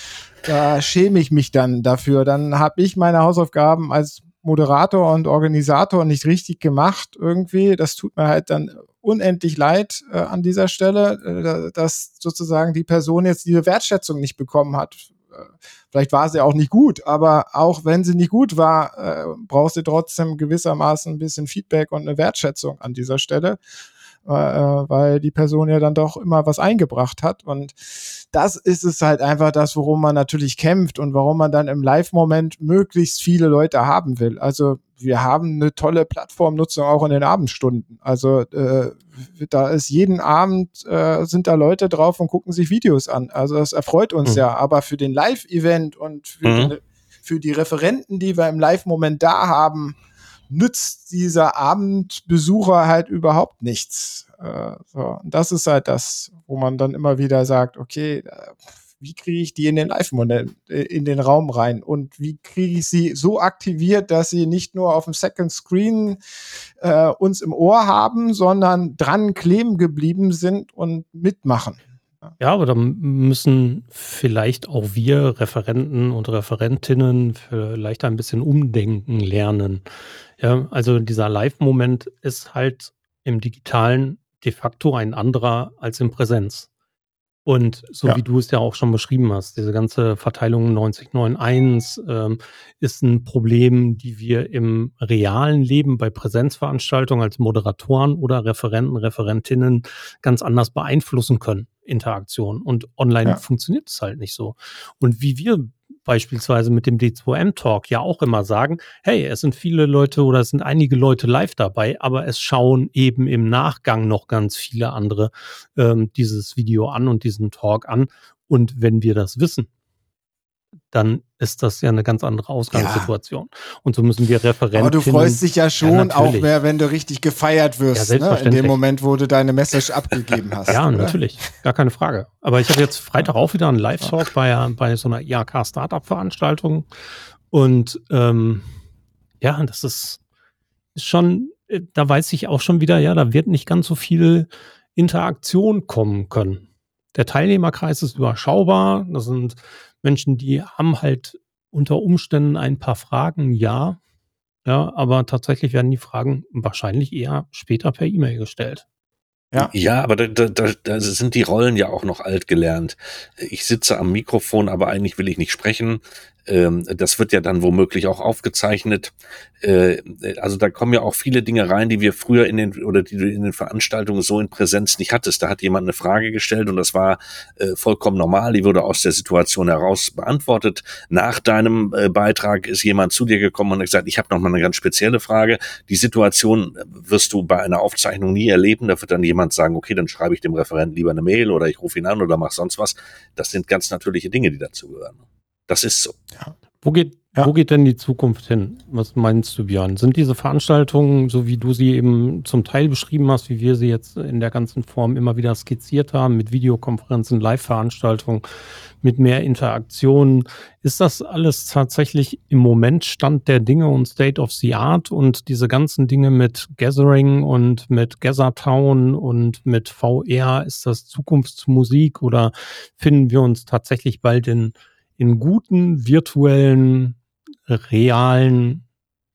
da schäme ich mich dann dafür. Dann habe ich meine Hausaufgaben als Moderator und Organisator nicht richtig gemacht irgendwie. Das tut mir halt dann unendlich leid an dieser Stelle, dass sozusagen die Person jetzt diese Wertschätzung nicht bekommen hat. Vielleicht war sie auch nicht gut, aber auch wenn sie nicht gut war, brauchst du trotzdem gewissermaßen ein bisschen Feedback und eine Wertschätzung an dieser Stelle, weil die Person ja dann doch immer was eingebracht hat und das ist es halt einfach das, worum man natürlich kämpft und warum man dann im Live-Moment möglichst viele Leute haben will. Also wir haben eine tolle Plattformnutzung auch in den Abendstunden. Also da ist jeden Abend sind da Leute drauf und gucken sich Videos an. Also das erfreut uns ja. Aber für den Live-Event und für die Referenten, die wir im Live-Moment da haben, nützt dieser Abendbesucher halt überhaupt nichts. So. Und das ist halt das, wo man dann immer wieder sagt, okay, wie kriege ich die in den Live-Modell, in den Raum rein und wie kriege ich sie so aktiviert, dass sie nicht nur auf dem Second Screen uns im Ohr haben, sondern dran kleben geblieben sind und mitmachen. Ja, aber da müssen vielleicht auch wir Referenten und Referentinnen vielleicht ein bisschen umdenken lernen. Ja, also dieser Live-Moment ist halt im Digitalen de facto ein anderer als in Präsenz. Und so wie du es ja auch schon beschrieben hast, diese ganze Verteilung 90-9-1 ist ein Problem, die wir im realen Leben bei Präsenzveranstaltungen als Moderatoren oder Referenten, Referentinnen ganz anders beeinflussen können, Interaktion. Und online funktioniert es halt nicht so. Und wie wir beispielsweise mit dem D2M-Talk ja auch immer sagen, hey, es sind viele Leute oder es sind einige Leute live dabei, aber es schauen eben im Nachgang noch ganz viele andere dieses Video an und diesen Talk an. Und wenn wir das wissen, dann ist das ja eine ganz andere Ausgangssituation. Und so müssen wir Referentinnen... Aber du freust dich ja schon auch mehr, wenn du richtig gefeiert wirst, ne? In dem Moment, wo du deine Message abgegeben hast. Ja, oder? Natürlich. Gar keine Frage. Aber ich habe jetzt Freitag auch wieder einen Live-Talk bei so einer IHK-Startup-Veranstaltung. Und das ist schon, da weiß ich auch schon wieder, da wird nicht ganz so viel Interaktion kommen können. Der Teilnehmerkreis ist überschaubar. Das sind Menschen, die haben halt unter Umständen ein paar Fragen, aber tatsächlich werden die Fragen wahrscheinlich eher später per E-Mail gestellt. Ja, aber da sind die Rollen ja auch noch alt gelernt. Ich sitze am Mikrofon, aber eigentlich will ich nicht sprechen. Das wird ja dann womöglich auch aufgezeichnet. Also da kommen ja auch viele Dinge rein, die wir früher die du in den Veranstaltungen so in Präsenz nicht hattest. Da hat jemand eine Frage gestellt und das war vollkommen normal. Die wurde aus der Situation heraus beantwortet. Nach deinem Beitrag ist jemand zu dir gekommen und hat gesagt, ich habe noch mal eine ganz spezielle Frage. Die Situation wirst du bei einer Aufzeichnung nie erleben. Da wird dann jemand sagen, okay, dann schreibe ich dem Referenten lieber eine Mail oder ich rufe ihn an oder mache sonst was. Das sind ganz natürliche Dinge, die dazu gehören. Das ist so. Ja. Wo geht denn die Zukunft hin? Was meinst du, Björn? Sind diese Veranstaltungen, so wie du sie eben zum Teil beschrieben hast, wie wir sie jetzt in der ganzen Form immer wieder skizziert haben, mit Videokonferenzen, Live-Veranstaltungen, mit mehr Interaktionen, ist das alles tatsächlich im Moment Stand der Dinge und State of the Art und diese ganzen Dinge mit Gathering und mit Gathertown und mit VR, ist das Zukunftsmusik oder finden wir uns tatsächlich bald in guten, virtuellen, realen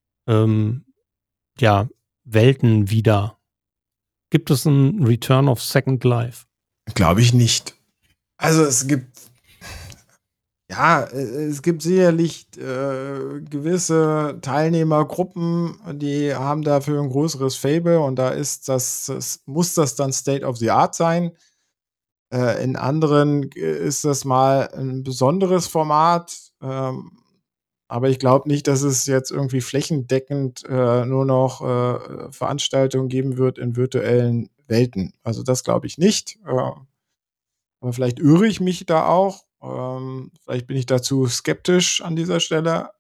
Welten wieder? Gibt es einen Return of Second Life? Glaube ich nicht. Also es gibt sicherlich gewisse Teilnehmergruppen, die haben dafür ein größeres Faible und da muss das dann State of the Art sein. In anderen ist das mal ein besonderes Format, aber ich glaube nicht, dass es jetzt irgendwie flächendeckend nur noch Veranstaltungen geben wird in virtuellen Welten. Also das glaube ich nicht. Aber vielleicht irre ich mich da auch. Vielleicht bin ich dazu skeptisch an dieser Stelle.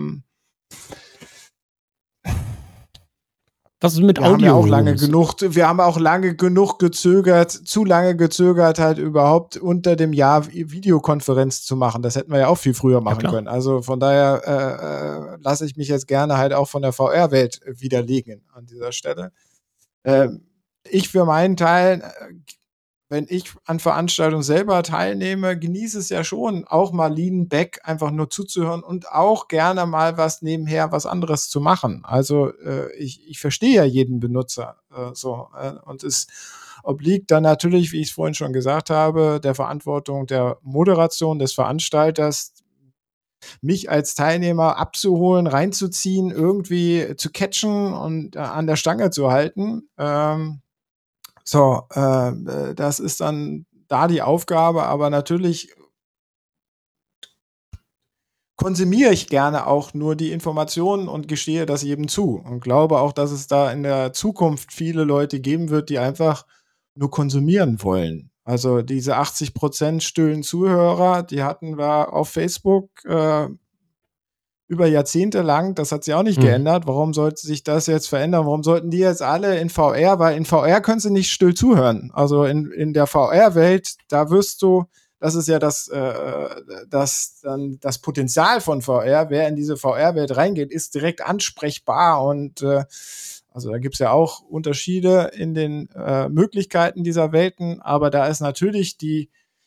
Was ist mit Wir haben ja auch lange Audio-Rooms? zu lange gezögert, halt überhaupt unter dem Jahr Videokonferenz zu machen. Das hätten wir ja auch viel früher machen können. Also von daher lasse ich mich jetzt gerne halt auch von der VR-Welt widerlegen an dieser Stelle. Ich für meinen Teil, wenn ich an Veranstaltungen selber teilnehme, genieße es ja schon, auch mal lean back einfach nur zuzuhören und auch gerne mal was nebenher, was anderes zu machen. Also ich verstehe ja jeden Benutzer und es obliegt dann natürlich, wie ich es vorhin schon gesagt habe, der Verantwortung der Moderation des Veranstalters, mich als Teilnehmer abzuholen, reinzuziehen, irgendwie zu catchen und an der Stange zu halten. Das ist dann da die Aufgabe, aber natürlich konsumiere ich gerne auch nur die Informationen und gestehe das jedem zu und glaube auch, dass es da in der Zukunft viele Leute geben wird, die einfach nur konsumieren wollen. Also diese 80% stillen Zuhörer, die hatten wir auf Facebook über Jahrzehnte lang, das hat sich auch nicht geändert. Warum sollte sich das jetzt verändern? Warum sollten die jetzt alle in VR? Weil in VR können sie nicht still zuhören. Also in der VR-Welt, da wirst du, das ist ja das Potenzial von VR. Wer in diese VR-Welt reingeht, ist direkt ansprechbar und also da gibt es ja auch Unterschiede in den Möglichkeiten dieser Welten, aber da ist natürlich die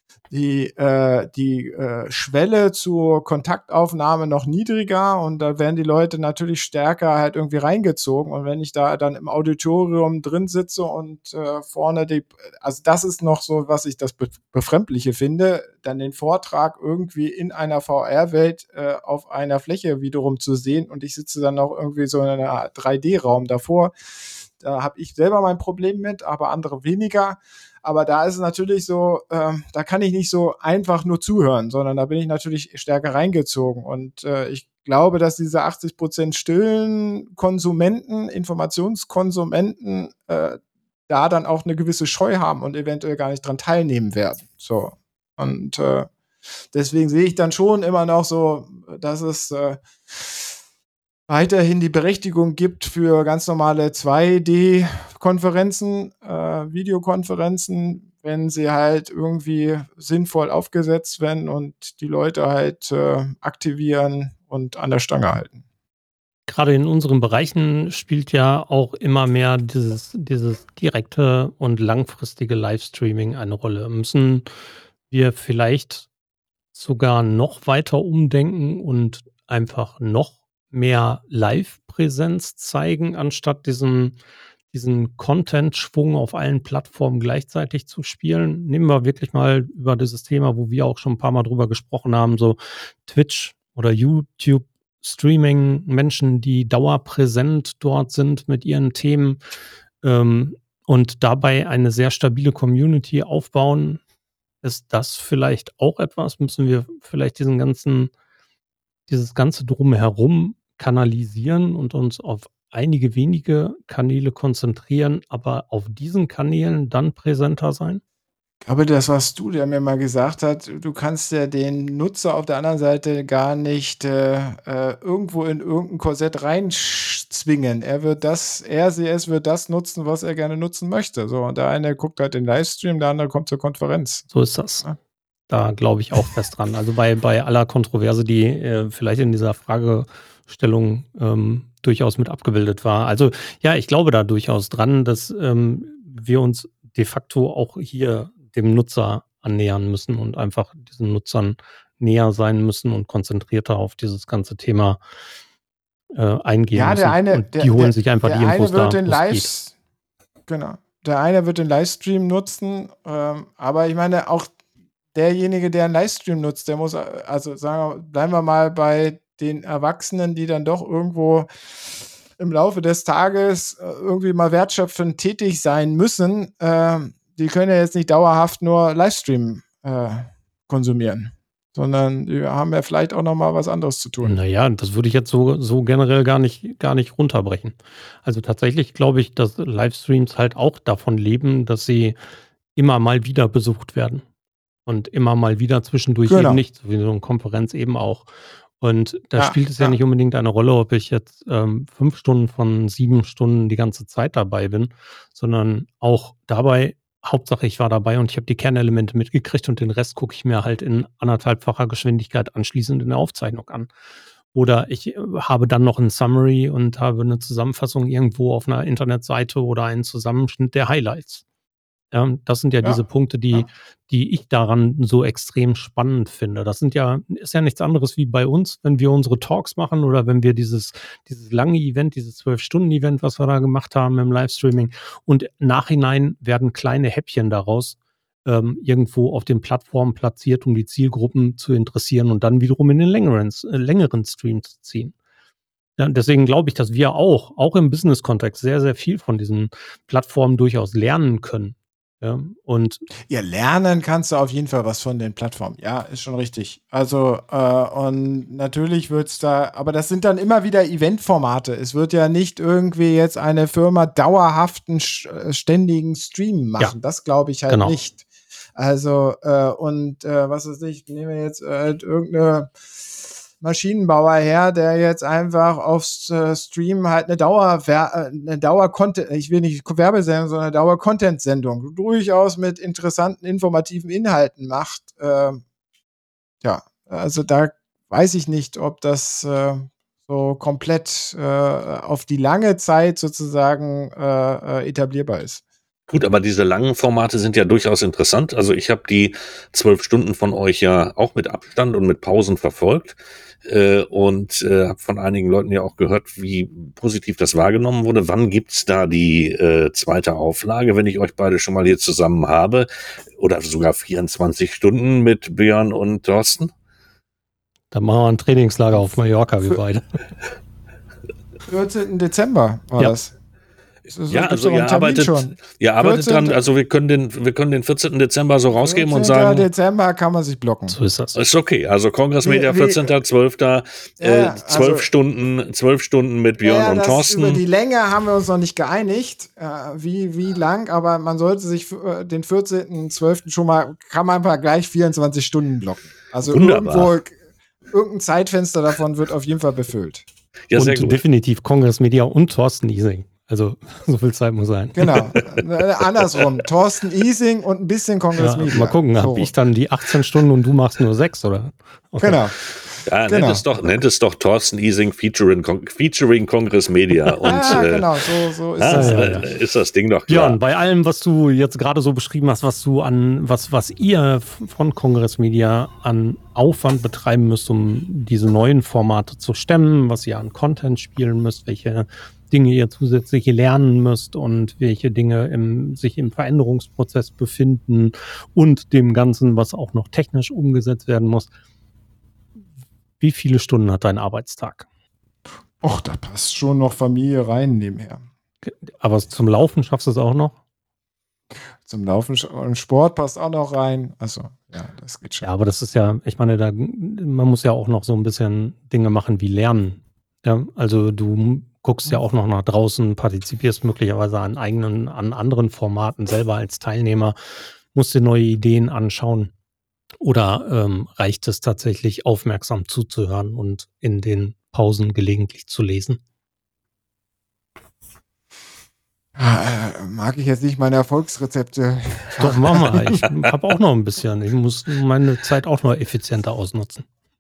Schwelle zur Kontaktaufnahme noch niedriger und da werden die Leute natürlich stärker halt irgendwie reingezogen und wenn ich da dann im Auditorium drin sitze und vorne also das ist noch so, was ich das Befremdliche finde, dann den Vortrag irgendwie in einer VR-Welt auf einer Fläche wiederum zu sehen und ich sitze dann noch irgendwie so in einem 3D-Raum davor. Da habe ich selber mein Problem mit, aber andere weniger. Aber da ist es natürlich so, da kann ich nicht so einfach nur zuhören, sondern da bin ich natürlich stärker reingezogen. Und ich glaube, dass diese 80% stillen Konsumenten, Informationskonsumenten, da dann auch eine gewisse Scheu haben und eventuell gar nicht dran teilnehmen werden. So. Und deswegen sehe ich dann schon immer noch so, dass es weiterhin die Berechtigung gibt für ganz normale 2D-Konferenzen, Videokonferenzen, wenn sie halt irgendwie sinnvoll aufgesetzt werden und die Leute halt aktivieren und an der Stange halten. Gerade in unseren Bereichen spielt ja auch immer mehr dieses direkte und langfristige Livestreaming eine Rolle. Müssen wir vielleicht sogar noch weiter umdenken und einfach noch mehr Live-Präsenz zeigen, anstatt diesen Content-Schwung auf allen Plattformen gleichzeitig zu spielen? Nehmen wir wirklich mal über dieses Thema, wo wir auch schon ein paar Mal drüber gesprochen haben, so Twitch oder YouTube-Streaming, Menschen, die dauerpräsent dort sind mit ihren Themen und dabei eine sehr stabile Community aufbauen. Ist das vielleicht auch etwas? Müssen wir vielleicht dieses ganze Drumherum kanalisieren und uns auf einige wenige Kanäle konzentrieren, aber auf diesen Kanälen dann präsenter sein? Aber das warst du, der mir mal gesagt hat, du kannst ja den Nutzer auf der anderen Seite gar nicht, irgendwo in irgendein Korsett reinzwingen. Sie, es wird das nutzen, was er gerne nutzen möchte. So, und der eine guckt halt den Livestream, der andere kommt zur Konferenz. So ist das. Ja. Da glaube ich auch fest dran. Also bei aller Kontroverse, die vielleicht in dieser Fragestellung durchaus mit abgebildet war. Also ja, ich glaube da durchaus dran, dass wir uns de facto auch hier dem Nutzer annähern müssen und einfach diesen Nutzern näher sein müssen und konzentrierter auf dieses ganze Thema eingehen Ja, müssen. Und die holen sich einfach die Infos da, der eine wird den Livestream nutzen, aber ich meine, auch derjenige, der einen Livestream nutzt, der muss, bleiben wir mal bei den Erwachsenen, die dann doch irgendwo im Laufe des Tages irgendwie mal wertschöpfend tätig sein müssen, die können ja jetzt nicht dauerhaft nur Livestream konsumieren, sondern die haben ja vielleicht auch noch mal was anderes zu tun. Naja, das würde ich jetzt so generell gar nicht runterbrechen. Also tatsächlich glaube ich, dass Livestreams halt auch davon leben, dass sie immer mal wieder besucht werden. Und immer mal wieder zwischendurch Genau. eben nicht, so wie so eine Konferenz eben auch. Und da spielt es ja Ja. nicht unbedingt eine Rolle, ob ich jetzt 5 Stunden von 7 Stunden die ganze Zeit dabei bin, sondern auch dabei, Hauptsache ich war dabei und ich habe die Kernelemente mitgekriegt und den Rest gucke ich mir halt in 1,5-facher Geschwindigkeit anschließend in der Aufzeichnung an. Oder ich habe dann noch ein Summary und habe eine Zusammenfassung irgendwo auf einer Internetseite oder einen Zusammenschnitt der Highlights. Ja, das sind ja diese Punkte, die ich daran so extrem spannend finde. Das ist ja nichts anderes wie bei uns, wenn wir unsere Talks machen oder wenn wir dieses lange Event, dieses 12-Stunden-Event, was wir da gemacht haben im Livestreaming, und nachhinein werden kleine Häppchen daraus irgendwo auf den Plattformen platziert, um die Zielgruppen zu interessieren und dann wiederum in den längeren Stream zu ziehen. Ja, deswegen glaube ich, dass wir auch im Business-Kontext sehr, sehr viel von diesen Plattformen durchaus lernen können. Ja, lernen kannst du auf jeden Fall was von den Plattformen. Ja, ist schon richtig. Also, und natürlich wird es da, aber das sind dann immer wieder Eventformate. Es wird ja nicht irgendwie jetzt eine Firma dauerhaften, ständigen Stream machen. Ja, das glaube ich halt nicht. Also, was weiß ich, nehmen wir jetzt irgendeine Maschinenbauer her, der jetzt einfach aufs Stream halt eine Dauer-Content, ich will nicht Werbesendung, sondern eine Dauer-Content-Sendung durchaus mit interessanten, informativen Inhalten macht. Also da weiß ich nicht, ob das so komplett auf die lange Zeit sozusagen etablierbar ist. Gut, aber diese langen Formate sind ja durchaus interessant. Also ich habe die 12 Stunden von euch ja auch mit Abstand und mit Pausen verfolgt und habe von einigen Leuten ja auch gehört, wie positiv das wahrgenommen wurde. Wann gibt's da die zweite Auflage, wenn ich euch beide schon mal hier zusammen habe? Oder sogar 24 Stunden mit Björn und Thorsten? Dann machen wir ein Trainingslager auf Mallorca, wir beide. 14. Dezember war das. Ja, also ihr arbeitet dran, also wir können den 14. Dezember so rausgeben und sagen. 14. Dezember kann man sich blocken. So ist das. Ist okay, also Kongress Media 14.12. 12 Stunden mit Björn und Thorsten. Über die Länge haben wir uns noch nicht geeinigt, wie lang, aber man sollte sich den 14.12. schon mal, kann man einfach gleich 24 Stunden blocken. Also irgendein Zeitfenster davon wird auf jeden Fall befüllt. Ja, sehr gut. Definitiv Kongress Media und Thorsten Ising. Also so viel Zeit muss sein. Genau, andersrum. Thorsten Ising und ein bisschen Kongress Media. Mal gucken, habe ich dann die 18 Stunden und du machst nur 6, oder? Okay. Genau. Ja, nennt es doch Thorsten Ising featuring Kongress Media. Und, genau, so ist das. Ist das Ding doch klar. Ja, und bei allem, was du jetzt gerade so beschrieben hast, was ihr von Kongress Media an Aufwand betreiben müsst, um diese neuen Formate zu stemmen, was ihr an Content spielen müsst, welche Dinge ihr zusätzlich lernen müsst und welche Dinge sich im Veränderungsprozess befinden und dem Ganzen, was auch noch technisch umgesetzt werden muss. Wie viele Stunden hat dein Arbeitstag? Och, da passt schon noch Familie rein nebenher. Aber zum Laufen schaffst du es auch noch? Zum Laufen und Sport passt auch noch rein. Also, ja, das geht schon. Ja, aber das ist ja, ich meine, man muss ja auch noch so ein bisschen Dinge machen wie lernen. Ja, also du guckst ja auch noch nach draußen, partizipierst möglicherweise an anderen Formaten selber als Teilnehmer, musst dir neue Ideen anschauen. Oder reicht es tatsächlich, aufmerksam zuzuhören und in den Pausen gelegentlich zu lesen? Mag ich jetzt nicht meine Erfolgsrezepte. Doch, mach mal. Ich habe auch noch ein bisschen. Ich muss meine Zeit auch noch effizienter ausnutzen.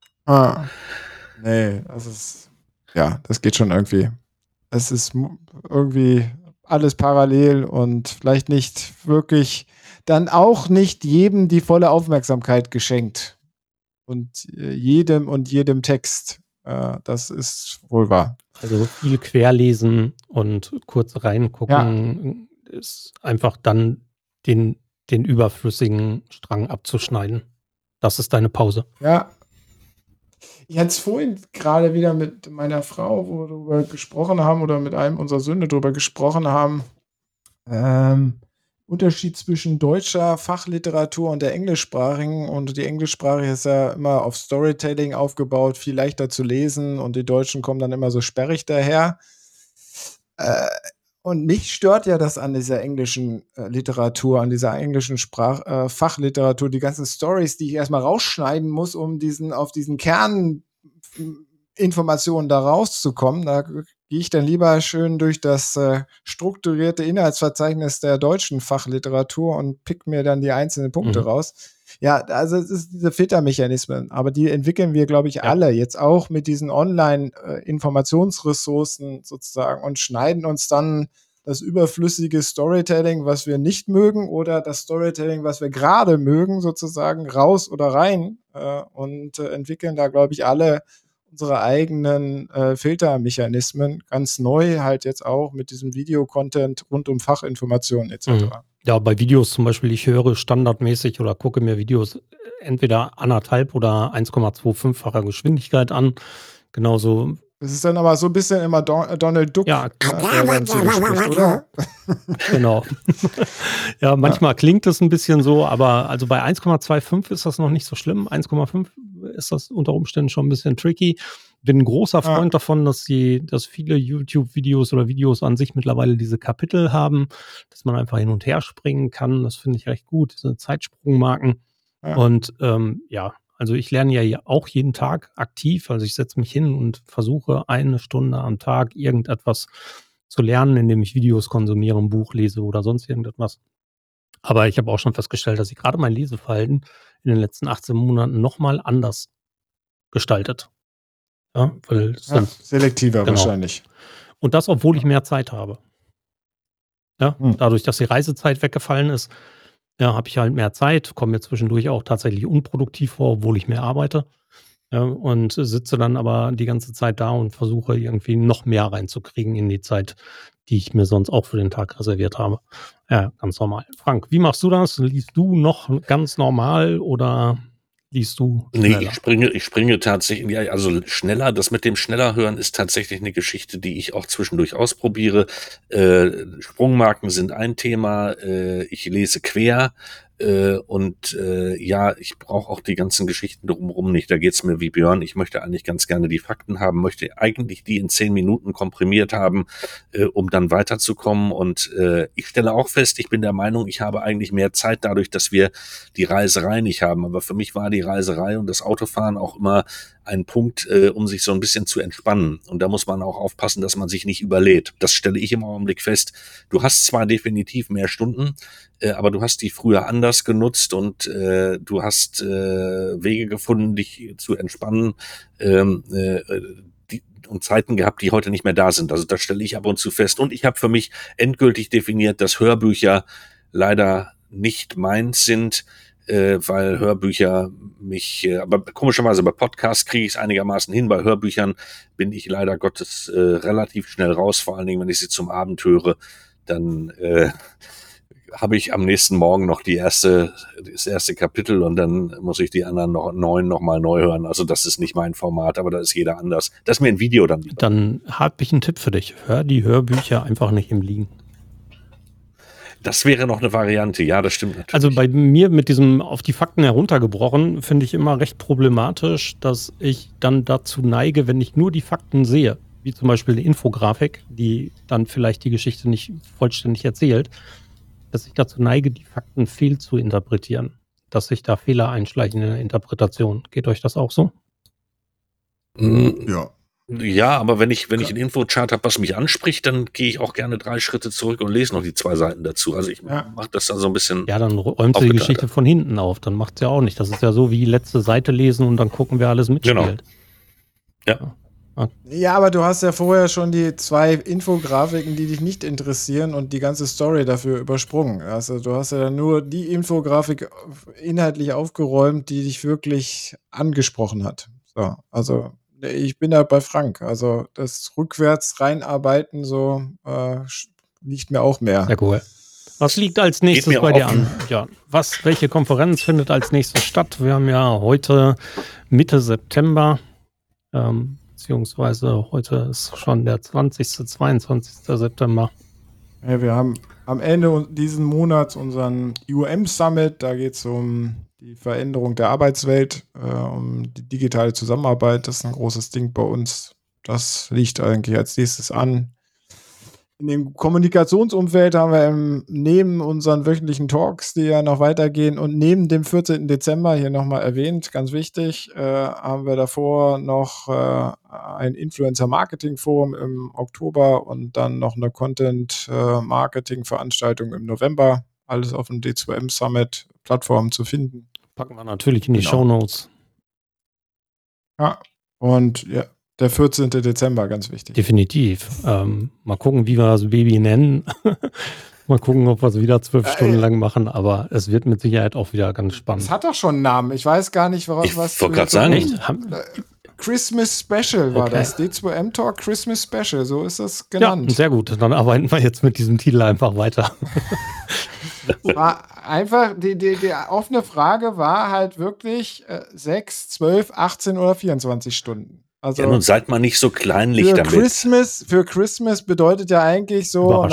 Nee, das geht schon irgendwie. Es ist irgendwie alles parallel und vielleicht nicht wirklich, dann auch nicht jedem die volle Aufmerksamkeit geschenkt. Und jedem Text. Das ist wohl wahr. Also viel querlesen und kurz reingucken ist einfach dann den überflüssigen Strang abzuschneiden. Das ist deine Pause. Ja. Ich hatte es vorhin gerade wieder mit meiner Frau, wo wir darüber gesprochen haben, oder mit einem unserer Söhne darüber gesprochen haben. Unterschied zwischen deutscher Fachliteratur und der englischsprachigen. Und die englischsprachige ist ja immer auf Storytelling aufgebaut, viel leichter zu lesen, und die Deutschen kommen dann immer so sperrig daher. Und mich stört ja das an dieser englischen Literatur, an dieser englischen Fachliteratur, die ganzen Stories, die ich erstmal rausschneiden muss, um auf diesen Kerninformationen da rauszukommen. Da gehe ich dann lieber schön durch das strukturierte Inhaltsverzeichnis der deutschen Fachliteratur und pick mir dann die einzelnen Punkte raus. Ja, also es ist diese Filtermechanismen, aber die entwickeln wir, glaube ich, alle jetzt auch mit diesen Online-Informationsressourcen sozusagen und schneiden uns dann das überflüssige Storytelling, was wir nicht mögen, oder das Storytelling, was wir gerade mögen, sozusagen raus oder rein und entwickeln da, glaube ich, alle unsere eigenen Filtermechanismen, ganz neu halt jetzt auch mit diesem Videocontent rund um Fachinformationen etc. Ja, bei Videos zum Beispiel, ich höre standardmäßig oder gucke mir Videos entweder 1,5 oder 1,25-facher Geschwindigkeit an. Genauso. Das ist dann aber so ein bisschen immer Donald Duck, Ja, der dann zu dir spricht, oder? Genau. Ja, manchmal klingt es ein bisschen so, aber also bei 1,25 ist das noch nicht so schlimm. 1,5 ist das unter Umständen schon ein bisschen tricky. Bin ein großer Freund davon, dass viele YouTube-Videos oder Videos an sich mittlerweile diese Kapitel haben, dass man einfach hin und her springen kann. Das finde ich recht gut, diese Zeitsprungmarken. Und also ich lerne ja auch jeden Tag aktiv. Also ich setze mich hin und versuche 1 Stunde am Tag irgendetwas zu lernen, indem ich Videos konsumiere, ein Buch lese oder sonst irgendetwas. Aber ich habe auch schon festgestellt, dass sich gerade mein Leseverhalten in den letzten 18 Monaten nochmal anders gestaltet. Ja, weil selektiver wahrscheinlich. Und das, obwohl ich mehr Zeit habe. Ja, dadurch, dass die Reisezeit weggefallen ist, habe ich halt mehr Zeit, komme mir zwischendurch auch tatsächlich unproduktiv vor, obwohl ich mehr arbeite. Ja, und sitze dann aber die ganze Zeit da und versuche irgendwie noch mehr reinzukriegen in die Zeit, die ich mir sonst auch für den Tag reserviert habe. Ja, ganz normal. Frank, wie machst du das? Liest du noch ganz normal oder liest du schneller? Nee, ich springe tatsächlich, also schneller, das mit dem schneller hören ist tatsächlich eine Geschichte, die ich auch zwischendurch ausprobiere. Sprungmarken sind ein Thema, ich lese quer, ich brauche auch die ganzen Geschichten drumherum nicht. Da geht's mir wie Björn. Ich möchte eigentlich ganz gerne die Fakten haben, möchte eigentlich die in 10 Minuten komprimiert haben, um dann weiterzukommen. Und ich stelle auch fest, ich bin der Meinung, ich habe eigentlich mehr Zeit dadurch, dass wir die Reiserei nicht haben. Aber für mich war die Reiserei und das Autofahren auch immer ein Punkt, um sich so ein bisschen zu entspannen. Und da muss man auch aufpassen, dass man sich nicht überlädt. Das stelle ich im Augenblick fest. Du hast zwar definitiv mehr Stunden, aber du hast die früher anders genutzt und du hast Wege gefunden, dich zu entspannen und Zeiten gehabt, die heute nicht mehr da sind. Also das stelle ich ab und zu fest. Und ich habe für mich endgültig definiert, dass Hörbücher leider nicht meins sind, weil Hörbücher aber komischerweise bei Podcasts kriege ich es einigermaßen hin. Bei Hörbüchern bin ich leider Gottes relativ schnell raus, vor allen Dingen, wenn ich sie zum Abend höre, dann habe ich am nächsten Morgen noch das erste Kapitel und dann muss ich die anderen 9 nochmal neu hören. Also das ist nicht mein Format, aber da ist jeder anders. Das ist mir ein Video dann lieber. Dann habe ich einen Tipp für dich. Hör die Hörbücher einfach nicht im Liegen. Das wäre noch eine Variante, ja, das stimmt natürlich. Also bei mir mit diesem auf die Fakten heruntergebrochen, finde ich immer recht problematisch, dass ich dann dazu neige, wenn ich nur die Fakten sehe, wie zum Beispiel eine Infografik, die dann vielleicht die Geschichte nicht vollständig erzählt, dass ich dazu neige, die Fakten fehl zu interpretieren, dass sich da Fehler einschleichen in der Interpretation. Geht euch das auch so? Ja. Ja, aber wenn ich einen Infochart habe, was mich anspricht, dann gehe ich auch gerne 3 Schritte zurück und lese noch die 2 Seiten dazu. Also ich mache das dann so ein bisschen. Ja, dann räumst du die Geschichte von hinten auf. Dann macht es ja auch nicht. Das ist ja so wie letzte Seite lesen und dann gucken, wer alles mitspielt. Genau. Ja, aber du hast ja vorher schon die 2 Infografiken, die dich nicht interessieren und die ganze Story dafür übersprungen. Also du hast ja dann nur die Infografik inhaltlich aufgeräumt, die dich wirklich angesprochen hat. So, also ich bin da bei Frank. Also das rückwärts reinarbeiten so liegt mir auch mehr. Ja, cool. Was liegt als nächstes bei dir an? Ja, welche Konferenz findet als nächstes statt? Wir haben ja heute Mitte September, beziehungsweise heute ist schon der 22. September. Ja, wir haben am Ende diesen Monats unseren UM-Summit. Da geht es um die Veränderung der Arbeitswelt, um die digitale Zusammenarbeit. Das ist ein großes Ding bei uns. Das liegt eigentlich als nächstes an. In dem Kommunikationsumfeld haben wir neben unseren wöchentlichen Talks, die ja noch weitergehen, und neben dem 14. Dezember hier nochmal erwähnt, ganz wichtig, haben wir davor noch ein Influencer-Marketing-Forum im Oktober und dann noch eine Content-Marketing-Veranstaltung im November. Alles auf dem D2M-Summit-Plattform zu finden. Packen wir natürlich in die Shownotes. Ja, und ja, der 14. Dezember, ganz wichtig. Definitiv. Mal gucken, wie wir das Baby nennen. Mal gucken, ob wir es wieder 12 Stunden lang machen, aber es wird mit Sicherheit auch wieder ganz spannend. Es hat doch schon einen Namen. Ich weiß gar nicht, was. Ich wollte gerade sagen. Christmas Special war das. D2M Talk Christmas Special, so ist das genannt. Ja, sehr gut. Dann arbeiten wir jetzt mit diesem Titel einfach weiter. War einfach, die offene Frage war halt wirklich 6, 12, 18 oder 24 Stunden. Also ja, nun seid mal nicht so kleinlich damit. Für Christmas bedeutet ja eigentlich so,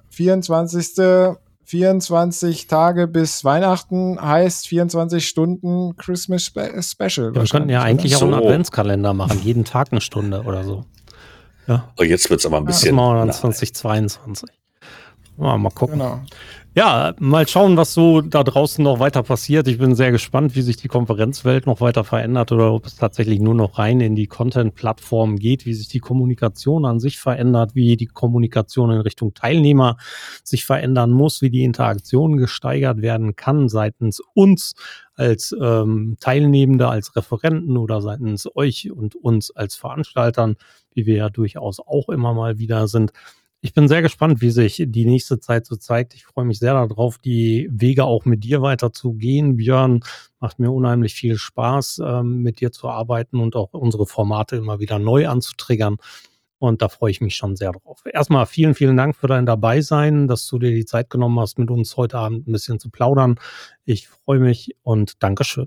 24 Tage bis Weihnachten heißt 24 Stunden Christmas Special. Ja, wir könnten ja eigentlich auch einen Adventskalender machen, jeden Tag eine Stunde oder so. Ja. Oh, jetzt wird es aber ein bisschen. Das machen wir dann 2022. Mal gucken. Genau. Ja, mal schauen, was so da draußen noch weiter passiert. Ich bin sehr gespannt, wie sich die Konferenzwelt noch weiter verändert oder ob es tatsächlich nur noch rein in die Content-Plattform geht, wie sich die Kommunikation an sich verändert, wie die Kommunikation in Richtung Teilnehmer sich verändern muss, wie die Interaktion gesteigert werden kann seitens uns als Teilnehmende, als Referenten oder seitens euch und uns als Veranstaltern, wie wir ja durchaus auch immer mal wieder sind. Ich bin sehr gespannt, wie sich die nächste Zeit so zeigt. Ich freue mich sehr darauf, die Wege auch mit dir weiter zu gehen. Björn, macht mir unheimlich viel Spaß, mit dir zu arbeiten und auch unsere Formate immer wieder neu anzutriggern. Und da freue ich mich schon sehr drauf. Erstmal vielen, vielen Dank für dein Dabeisein, dass du dir die Zeit genommen hast, mit uns heute Abend ein bisschen zu plaudern. Ich freue mich und Dankeschön.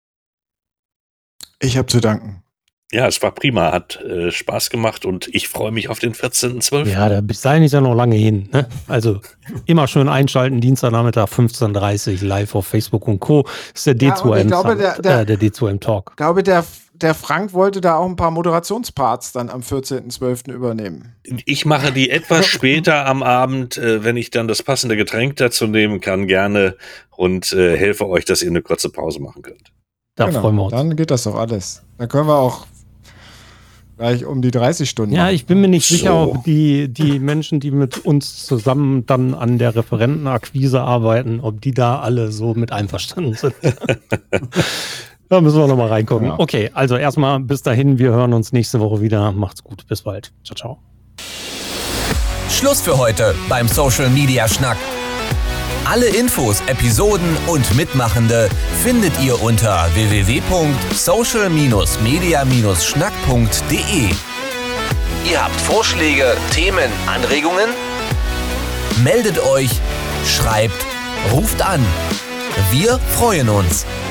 Ich habe zu danken. Ja, es war prima, hat Spaß gemacht und ich freue mich auf den 14.12. Ja, bis dahin ist ja noch lange hin. Ne? Also immer schön einschalten, Dienstagnachmittag 15:30 Uhr live auf Facebook und Co. Das ist der D2M, der D2M Talk. Ich glaube, der Frank wollte da auch ein paar Moderationsparts dann am 14.12. übernehmen. Ich mache die etwas später am Abend, wenn ich dann das passende Getränk dazu nehmen kann, gerne und helfe euch, dass ihr eine kurze Pause machen könnt. Da freuen wir uns. Dann geht das doch alles. Dann können wir auch gleich um die 30 Stunden. Ja, ich bin mir nicht sicher, ob die Menschen, die mit uns zusammen dann an der Referentenakquise arbeiten, ob die da alle so mit einverstanden sind. Da müssen wir nochmal reingucken. Ja. Okay, also erstmal bis dahin, wir hören uns nächste Woche wieder. Macht's gut, bis bald. Ciao, ciao. Schluss für heute beim Social Media Schnack. Alle Infos, Episoden und Mitmachende findet ihr unter www.social-media-schnack.de. Ihr habt Vorschläge, Themen, Anregungen? Meldet euch, schreibt, ruft an. Wir freuen uns.